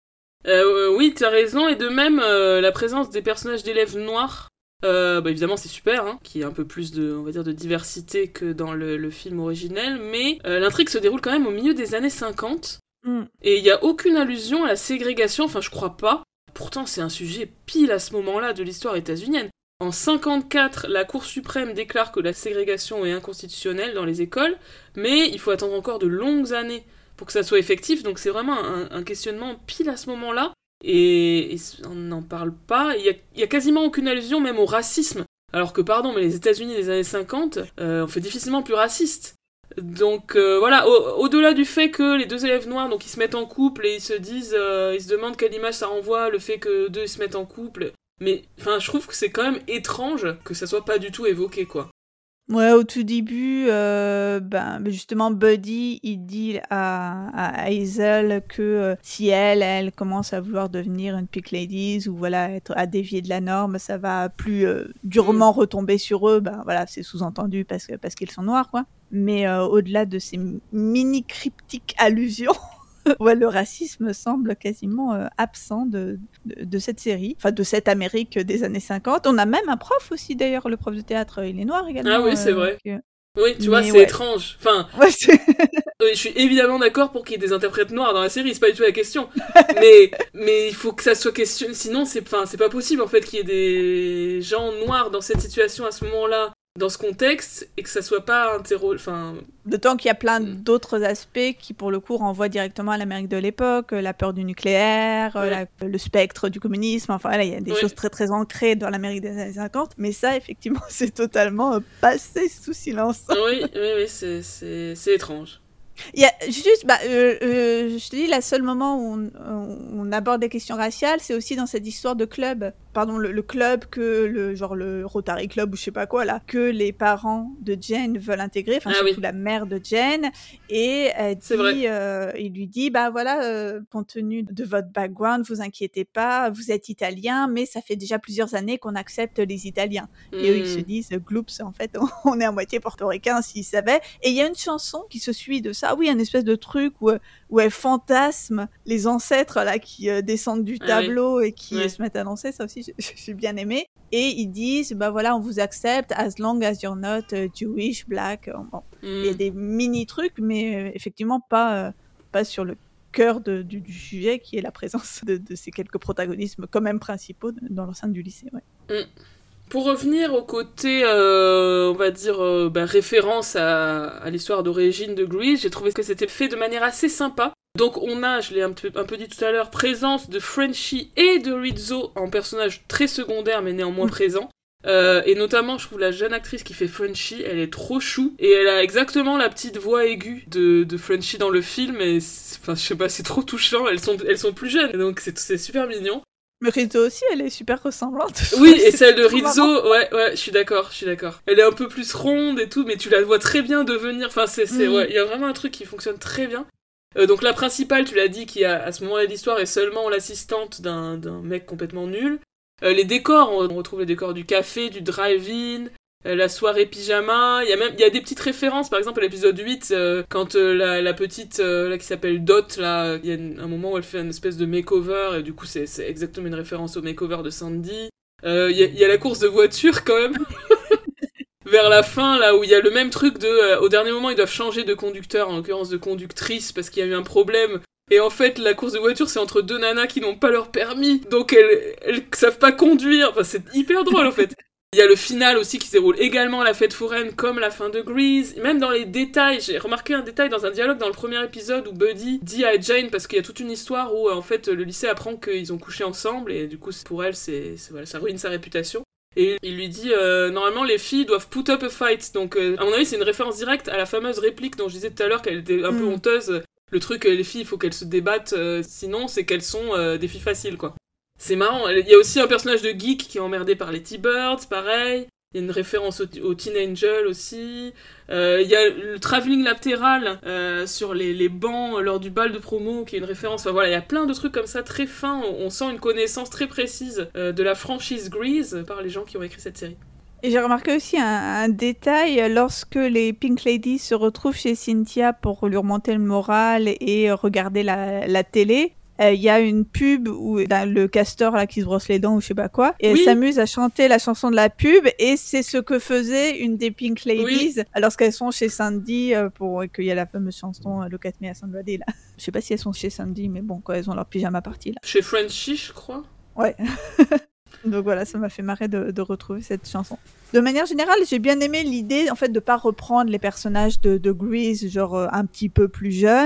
Oui, tu as raison, et de même la présence des personnages d'élèves noirs, évidemment c'est super, hein, qu'il y ait un peu plus de diversité que dans le film originel, mais l'intrigue se déroule quand même au milieu des années 50, et il n'y a aucune allusion à la ségrégation, enfin je crois pas. Pourtant c'est un sujet pile à ce moment-là de l'histoire états-unienne. En 54, la Cour suprême déclare que la ségrégation est inconstitutionnelle dans les écoles, mais il faut attendre encore de longues années pour que ça soit effectif, donc c'est vraiment un questionnement pile à ce moment-là. et on n'en parle pas. Il y a quasiment aucune allusion même au racisme. Alors que, pardon, mais les États-Unis des années 50, on fait difficilement plus raciste. Donc voilà, au-delà du fait que les deux élèves noirs, donc ils se mettent en couple et ils se demandent quelle image ça renvoie, le fait que deux ils se mettent en couple. Mais enfin, je trouve que c'est quand même étrange que ça soit pas du tout évoqué, quoi. Ouais, au tout début, justement, Buddy, il dit à Hazel que si elle commence à vouloir devenir une Pink Ladies ou voilà, être à dévier de la norme, ça va plus durement retomber sur eux. Voilà, c'est sous-entendu parce qu'ils sont noirs, quoi. Mais au-delà de ces mini cryptiques allusions, ouais, le racisme semble quasiment absent de cette série, enfin de cette Amérique des années 50. On a même un prof aussi d'ailleurs, le prof de théâtre, il est noir également. Ah oui, c'est vrai. Oui, tu vois, c'est ouais. étrange. Enfin, ouais, je suis évidemment d'accord pour qu'il y ait des interprètes noirs dans la série, c'est pas du tout la question. mais il faut que ça soit question, sinon c'est pas possible en fait qu'il y ait des gens noirs dans cette situation à ce moment-là, dans ce contexte, et que ça soit pas D'autant qu'il y a plein d'autres aspects qui, pour le coup, renvoient directement à l'Amérique de l'époque, la peur du nucléaire, le spectre du communisme, enfin, là, il y a des choses très, très ancrées dans l'Amérique des années 50, mais ça, effectivement, c'est totalement passé sous silence. Oui, c'est étrange. Il y a juste, je te dis, le seul moment où on aborde des questions raciales, c'est aussi dans cette histoire de club. Pardon, le club que le Rotary Club ou je sais pas quoi là, que les parents de Jane veulent intégrer, enfin surtout la mère de Jane, et elle dit, il lui dit, compte tenu de votre background, vous inquiétez pas, vous êtes italien, mais ça fait déjà plusieurs années qu'on accepte les Italiens. Et eux ils se disent, gloops, en fait, on est à moitié portoricain s'ils savaient. Et il y a une chanson qui se suit de ça, oui, un espèce de truc où elle fantasme les ancêtres là qui descendent du tableau et qui se mettent à danser, ça aussi j'ai bien aimé. Et ils disent on vous accepte as long as you're not Jewish, black. Bon. Il y a des mini trucs, mais effectivement pas sur le cœur du sujet qui est la présence de ces quelques protagonismes quand même principaux dans l'enceinte du lycée. Pour revenir au côté, on va dire, référence à l'histoire d'origine de Grease, j'ai trouvé que c'était fait de manière assez sympa. Donc on a, je l'ai un peu dit tout à l'heure, présence de Frenchie et de Rizzo en personnages très secondaires mais néanmoins présents. Et notamment, je trouve la jeune actrice qui fait Frenchie, elle est trop chou. Et elle a exactement la petite voix aiguë de Frenchie dans le film. Et je sais pas, c'est trop touchant. Elles sont plus jeunes, donc c'est super mignon. Mais Rizzo aussi, elle est super ressemblante. Oui, et celle de Rizzo, ouais, je suis d'accord. Elle est un peu plus ronde et tout, mais tu la vois très bien devenir. Enfin, il y a vraiment un truc qui fonctionne très bien. Donc la principale, tu l'as dit, qui à ce moment-là de l'histoire est seulement l'assistante d'un mec complètement nul. Les décors, on retrouve les décors du café, du drive-in, la soirée pyjama. Il y a des petites références, par exemple à l'épisode 8, quand la petite là, qui s'appelle Dot, là, il y a un moment où elle fait une espèce de makeover, et du coup c'est exactement une référence au makeover de Sandy. Il y a la course de voiture quand même. Vers la fin, là où il y a le même truc au dernier moment ils doivent changer de conducteur, en l'occurrence de conductrice, parce qu'il y a eu un problème. Et en fait, la course de voiture, c'est entre deux nanas qui n'ont pas leur permis, donc elles savent pas conduire. Enfin, c'est hyper drôle, en fait. Il y a le final aussi qui se déroule également à la fête foraine, comme la fin de Grease. Même dans les détails, j'ai remarqué un détail dans un dialogue dans le premier épisode où Buddy dit à Jane, parce qu'il y a toute une histoire où, en fait, le lycée apprend qu'ils ont couché ensemble, et du coup, pour elle, ça ruine sa réputation. Et il lui dit, normalement, les filles doivent put up a fight. Donc, à mon avis, c'est une référence directe à la fameuse réplique dont je disais tout à l'heure qu'elle était un peu honteuse. Le truc, les filles, il faut qu'elles se débattent, sinon c'est qu'elles sont des filles faciles, quoi. C'est marrant. Il y a aussi un personnage de geek qui est emmerdé par les T-Birds, pareil. Il y a une référence au Teen Angel aussi. Il y a le travelling latéral sur les bancs lors du bal de promo, qui est une référence. Enfin voilà, il y a plein de trucs comme ça très fins. On sent une connaissance très précise de la franchise Grease par les gens qui ont écrit cette série. Et j'ai remarqué aussi un détail, lorsque les Pink Ladies se retrouvent chez Cynthia pour lui remonter le moral et regarder la télé, il y a une pub où le castor là qui se brosse les dents ou je sais pas quoi, et elle s'amuse à chanter la chanson de la pub, et c'est ce que faisait une des Pink Ladies lorsqu'elles sont chez Sandy pour qu'il y a la fameuse chanson Look at me à Somebody là. Je sais pas si elles sont chez Sandy, mais bon, quand elles ont leur pyjama party là. Chez Frenchie, je crois. Ouais. Donc voilà, ça m'a fait marrer de retrouver cette chanson. De manière générale, j'ai bien aimé l'idée en fait de pas reprendre les personnages de Grease, genre un petit peu plus jeunes.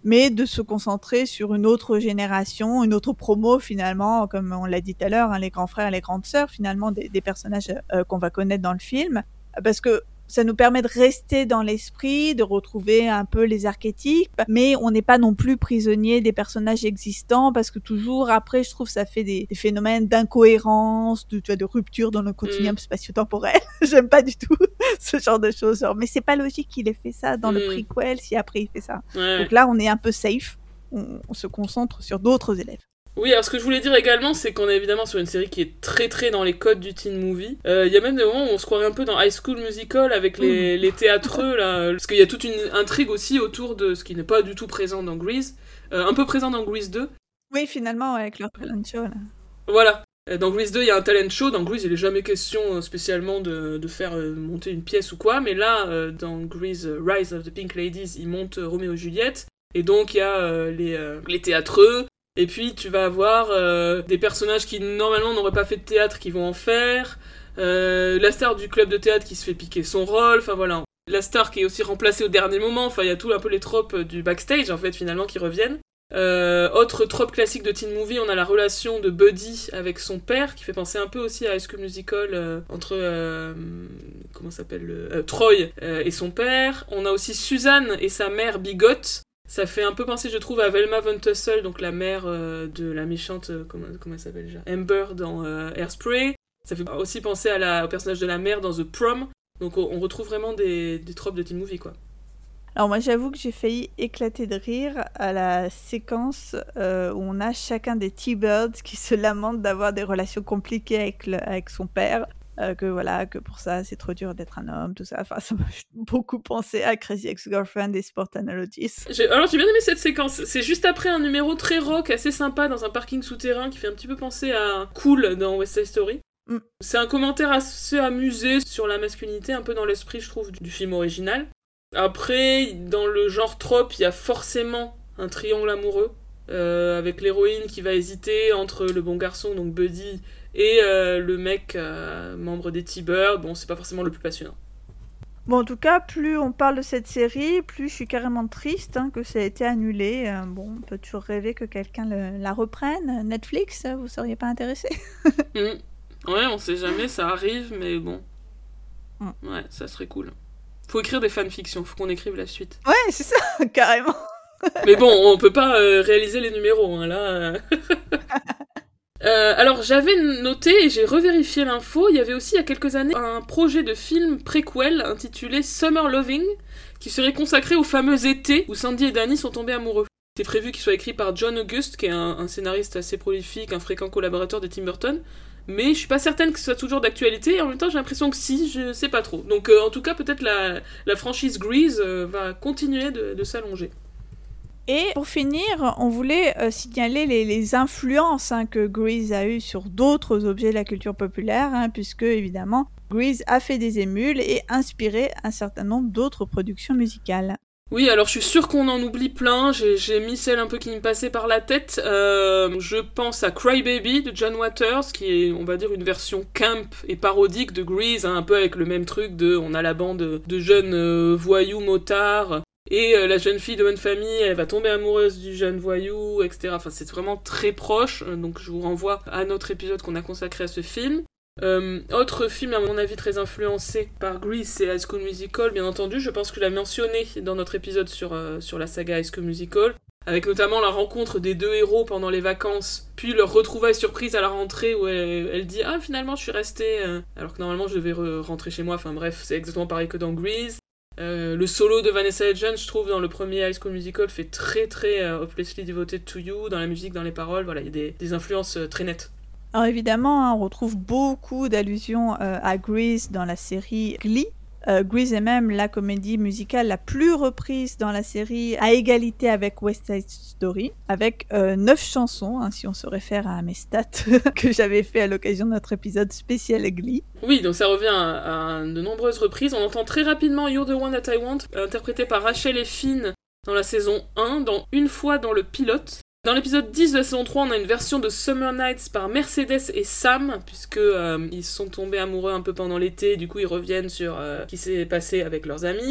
mais de se concentrer sur une autre génération, une autre promo finalement, comme on l'a dit tout à l'heure, hein, les grands frères et les grandes sœurs finalement des personnages qu'on va connaître dans le film, parce que ça nous permet de rester dans l'esprit, de retrouver un peu les archétypes, mais on n'est pas non plus prisonnier des personnages existants, parce que toujours après, je trouve, ça fait des phénomènes d'incohérence, de rupture dans le continuum spatio-temporel. J'aime pas du tout ce genre de choses. Genre, mais c'est pas logique qu'il ait fait ça dans le prequel, si après il fait ça. Ouais. Donc là, on est un peu safe, on se concentre sur d'autres élèves. Oui, alors ce que je voulais dire également, c'est qu'on est évidemment sur une série qui est très très dans les codes du teen movie. Il y a même des moments où on se croirait un peu dans High School Musical avec les théâtreux, là, parce qu'il y a toute une intrigue aussi autour de ce qui n'est pas du tout présent dans Grease, un peu présent dans Grease 2. Oui, finalement, avec leur talent show, là. Voilà. Dans Grease 2, il y a un talent show. Dans Grease, il n'est jamais question spécialement de faire monter une pièce ou quoi, mais là, dans Grease Rise of the Pink Ladies, ils montent Roméo et Juliette, et donc il y a les théâtreux. Et puis tu vas avoir des personnages qui normalement n'auraient pas fait de théâtre qui vont en faire, la star du club de théâtre qui se fait piquer son rôle, enfin voilà. La star qui est aussi remplacée au dernier moment, enfin il y a tout un peu les tropes du backstage en fait finalement qui reviennent. Autre trope classique de teen movie, on a la relation de Buddy avec son père qui fait penser un peu aussi à High School Musical entre comment s'appelle Troy et son père. On a aussi Suzanne et sa mère Bigotte. Ça fait un peu penser, je trouve, à Velma Von Tussle, donc la mère de la méchante, comment elle s'appelle déjà, Amber dans Hairspray. Ça fait aussi penser au personnage de la mère dans The Prom. Donc on retrouve vraiment des tropes de teen movie, quoi. Alors moi j'avoue que j'ai failli éclater de rire à la séquence où on a chacun des T-Birds qui se lamentent d'avoir des relations compliquées avec son père. Que pour ça c'est trop dur d'être un homme, tout ça. Enfin, ça m'a beaucoup pensé à Crazy Ex-Girlfriend et Sport Analogist. Alors j'ai bien aimé cette séquence. C'est juste après un numéro très rock, assez sympa dans un parking souterrain qui fait un petit peu penser à Cool dans West Side Story. C'est un commentaire assez amusé sur la masculinité, un peu dans l'esprit, je trouve, du film original. Après, dans le genre trope, il y a forcément un triangle amoureux avec l'héroïne qui va hésiter entre le bon garçon, donc Buddy, et le mec membre des T-Birds. Bon, c'est pas forcément le plus passionnant. Bon, en tout cas, plus on parle de cette série, plus je suis carrément triste que ça a été annulé. Bon, on peut toujours rêver que quelqu'un la reprenne. Netflix, vous seriez pas intéressé? Ouais, on sait jamais, ça arrive, mais bon. Ouais, ça serait cool. Faut écrire des fanfictions, faut qu'on écrive la suite. Ouais, c'est ça, carrément. Mais bon, on peut pas réaliser les numéros, hein, là. Alors, j'avais noté, et j'ai revérifié l'info, il y avait aussi il y a quelques années un projet de film préquel intitulé Summer Loving, qui serait consacré au fameux été où Sandy et Danny sont tombés amoureux. C'était prévu qu'il soit écrit par John August, qui est un scénariste assez prolifique, un fréquent collaborateur de Tim Burton, mais je suis pas certaine que ce soit toujours d'actualité, et en même temps j'ai l'impression que si, je sais pas trop. Donc en tout cas, peut-être la franchise Grease va continuer de s'allonger. Et pour finir, on voulait signaler les influences que Grease a eues sur d'autres objets de la culture populaire, puisque évidemment, Grease a fait des émules et inspiré un certain nombre d'autres productions musicales. Oui, alors je suis sûre qu'on en oublie plein, j'ai mis celle un peu qui me passait par la tête. Je pense à Cry Baby de John Waters, qui est, on va dire, une version camp et parodique de Grease, un peu avec le même truc on a la bande de jeunes voyous motards, et la jeune fille de bonne famille, elle va tomber amoureuse du jeune voyou, etc. Enfin, c'est vraiment très proche, donc je vous renvoie à notre épisode qu'on a consacré à ce film. Autre film à mon avis très influencé par Grease, c'est High School Musical, bien entendu. Je pense que je l'ai mentionné dans notre épisode sur la saga High School Musical, avec notamment la rencontre des deux héros pendant les vacances, puis leur retrouvaille surprise à la rentrée où elle dit « Ah, finalement, je suis restée alors que normalement je devais rentrer chez moi ». Enfin bref, c'est exactement pareil que dans Grease. Le solo de Vanessa Hudgens, je trouve, dans le premier High School Musical, fait très très Hopelessly Devoted to You, dans la musique, dans les paroles. Voilà, il y a des influences très nettes. Alors évidemment, on retrouve beaucoup d'allusions à Grease dans la série Glee. Grease est même la comédie musicale la plus reprise dans la série, à égalité avec West Side Story, avec 9 chansons, si on se réfère à mes stats que j'avais fait à l'occasion de notre épisode spécial Glee. Oui, donc ça revient à de nombreuses reprises. On entend très rapidement You're the One That I Want, interprété par Rachel et Finn dans la saison 1, une fois dans le pilote. Dans l'épisode 10 de la saison 3, on a une version de Summer Nights par Mercedes et Sam, puisque ils sont tombés amoureux un peu pendant l'été, du coup ils reviennent sur ce qui s'est passé avec leurs amis.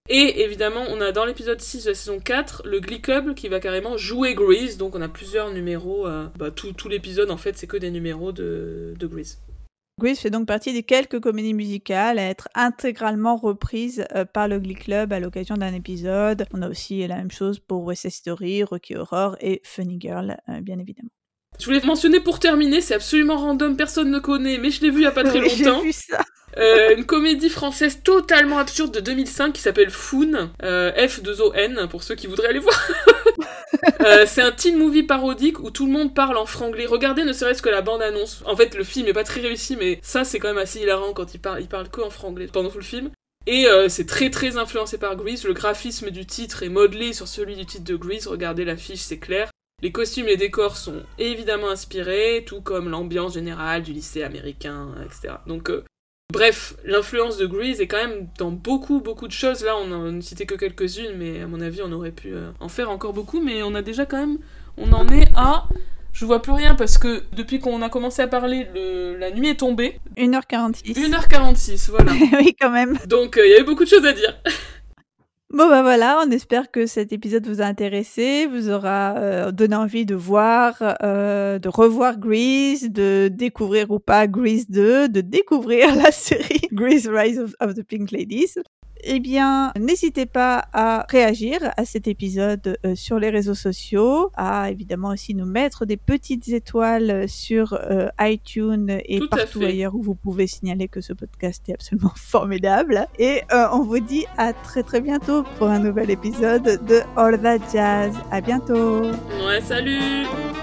Et évidemment, on a dans l'épisode 6 de la saison 4, le Glee Club qui va carrément jouer Grease, donc on a plusieurs numéros, tout l'épisode en fait c'est que des numéros de Grease. Grease fait donc partie des quelques comédies musicales à être intégralement reprises par le Glee Club à l'occasion d'un épisode. On a aussi la même chose pour West Side Story, Rocky Horror et Funny Girl, bien évidemment. Je voulais mentionner pour terminer, c'est absolument random, personne ne connaît, mais je l'ai vu il y a pas très longtemps. J'ai vu ça. Une comédie française totalement absurde de 2005 qui s'appelle Foon, F2ON, pour ceux qui voudraient aller voir. C'est un teen movie parodique où tout le monde parle en franglais. Regardez ne serait-ce que la bande-annonce. En fait, le film est pas très réussi, mais ça, c'est quand même assez hilarant quand il parle que en franglais pendant tout le film. Et c'est très très influencé par Grease. Le graphisme du titre est modelé sur celui du titre de Grease. Regardez l'affiche, c'est clair. Les costumes et les décors sont évidemment inspirés, tout comme l'ambiance générale du lycée américain, etc. Donc, bref, l'influence de Grease est quand même dans beaucoup de choses. Là, on n'en citait que quelques-unes, mais à mon avis, on aurait pu en faire encore beaucoup. Mais on a déjà quand même... On en est à... Je vois plus rien parce que depuis qu'on a commencé à parler, la nuit est tombée. 1h46. 1h46, voilà. Oui, quand même. Donc, il y avait beaucoup de choses à dire. Bon bah voilà, on espère que cet épisode vous a intéressé, vous aura donné envie de voir, de revoir Grease, de découvrir ou pas Grease 2, de découvrir la série Grease Rise of the Pink Ladies. Eh bien, n'hésitez pas à réagir à cet épisode sur les réseaux sociaux, à évidemment aussi nous mettre des petites étoiles sur iTunes et Tout à partout fait. ailleurs où vous pouvez signaler que ce podcast est absolument formidable. Et on vous dit à très très bientôt pour un nouvel épisode de All That Jazz. À bientôt. Ouais, salut!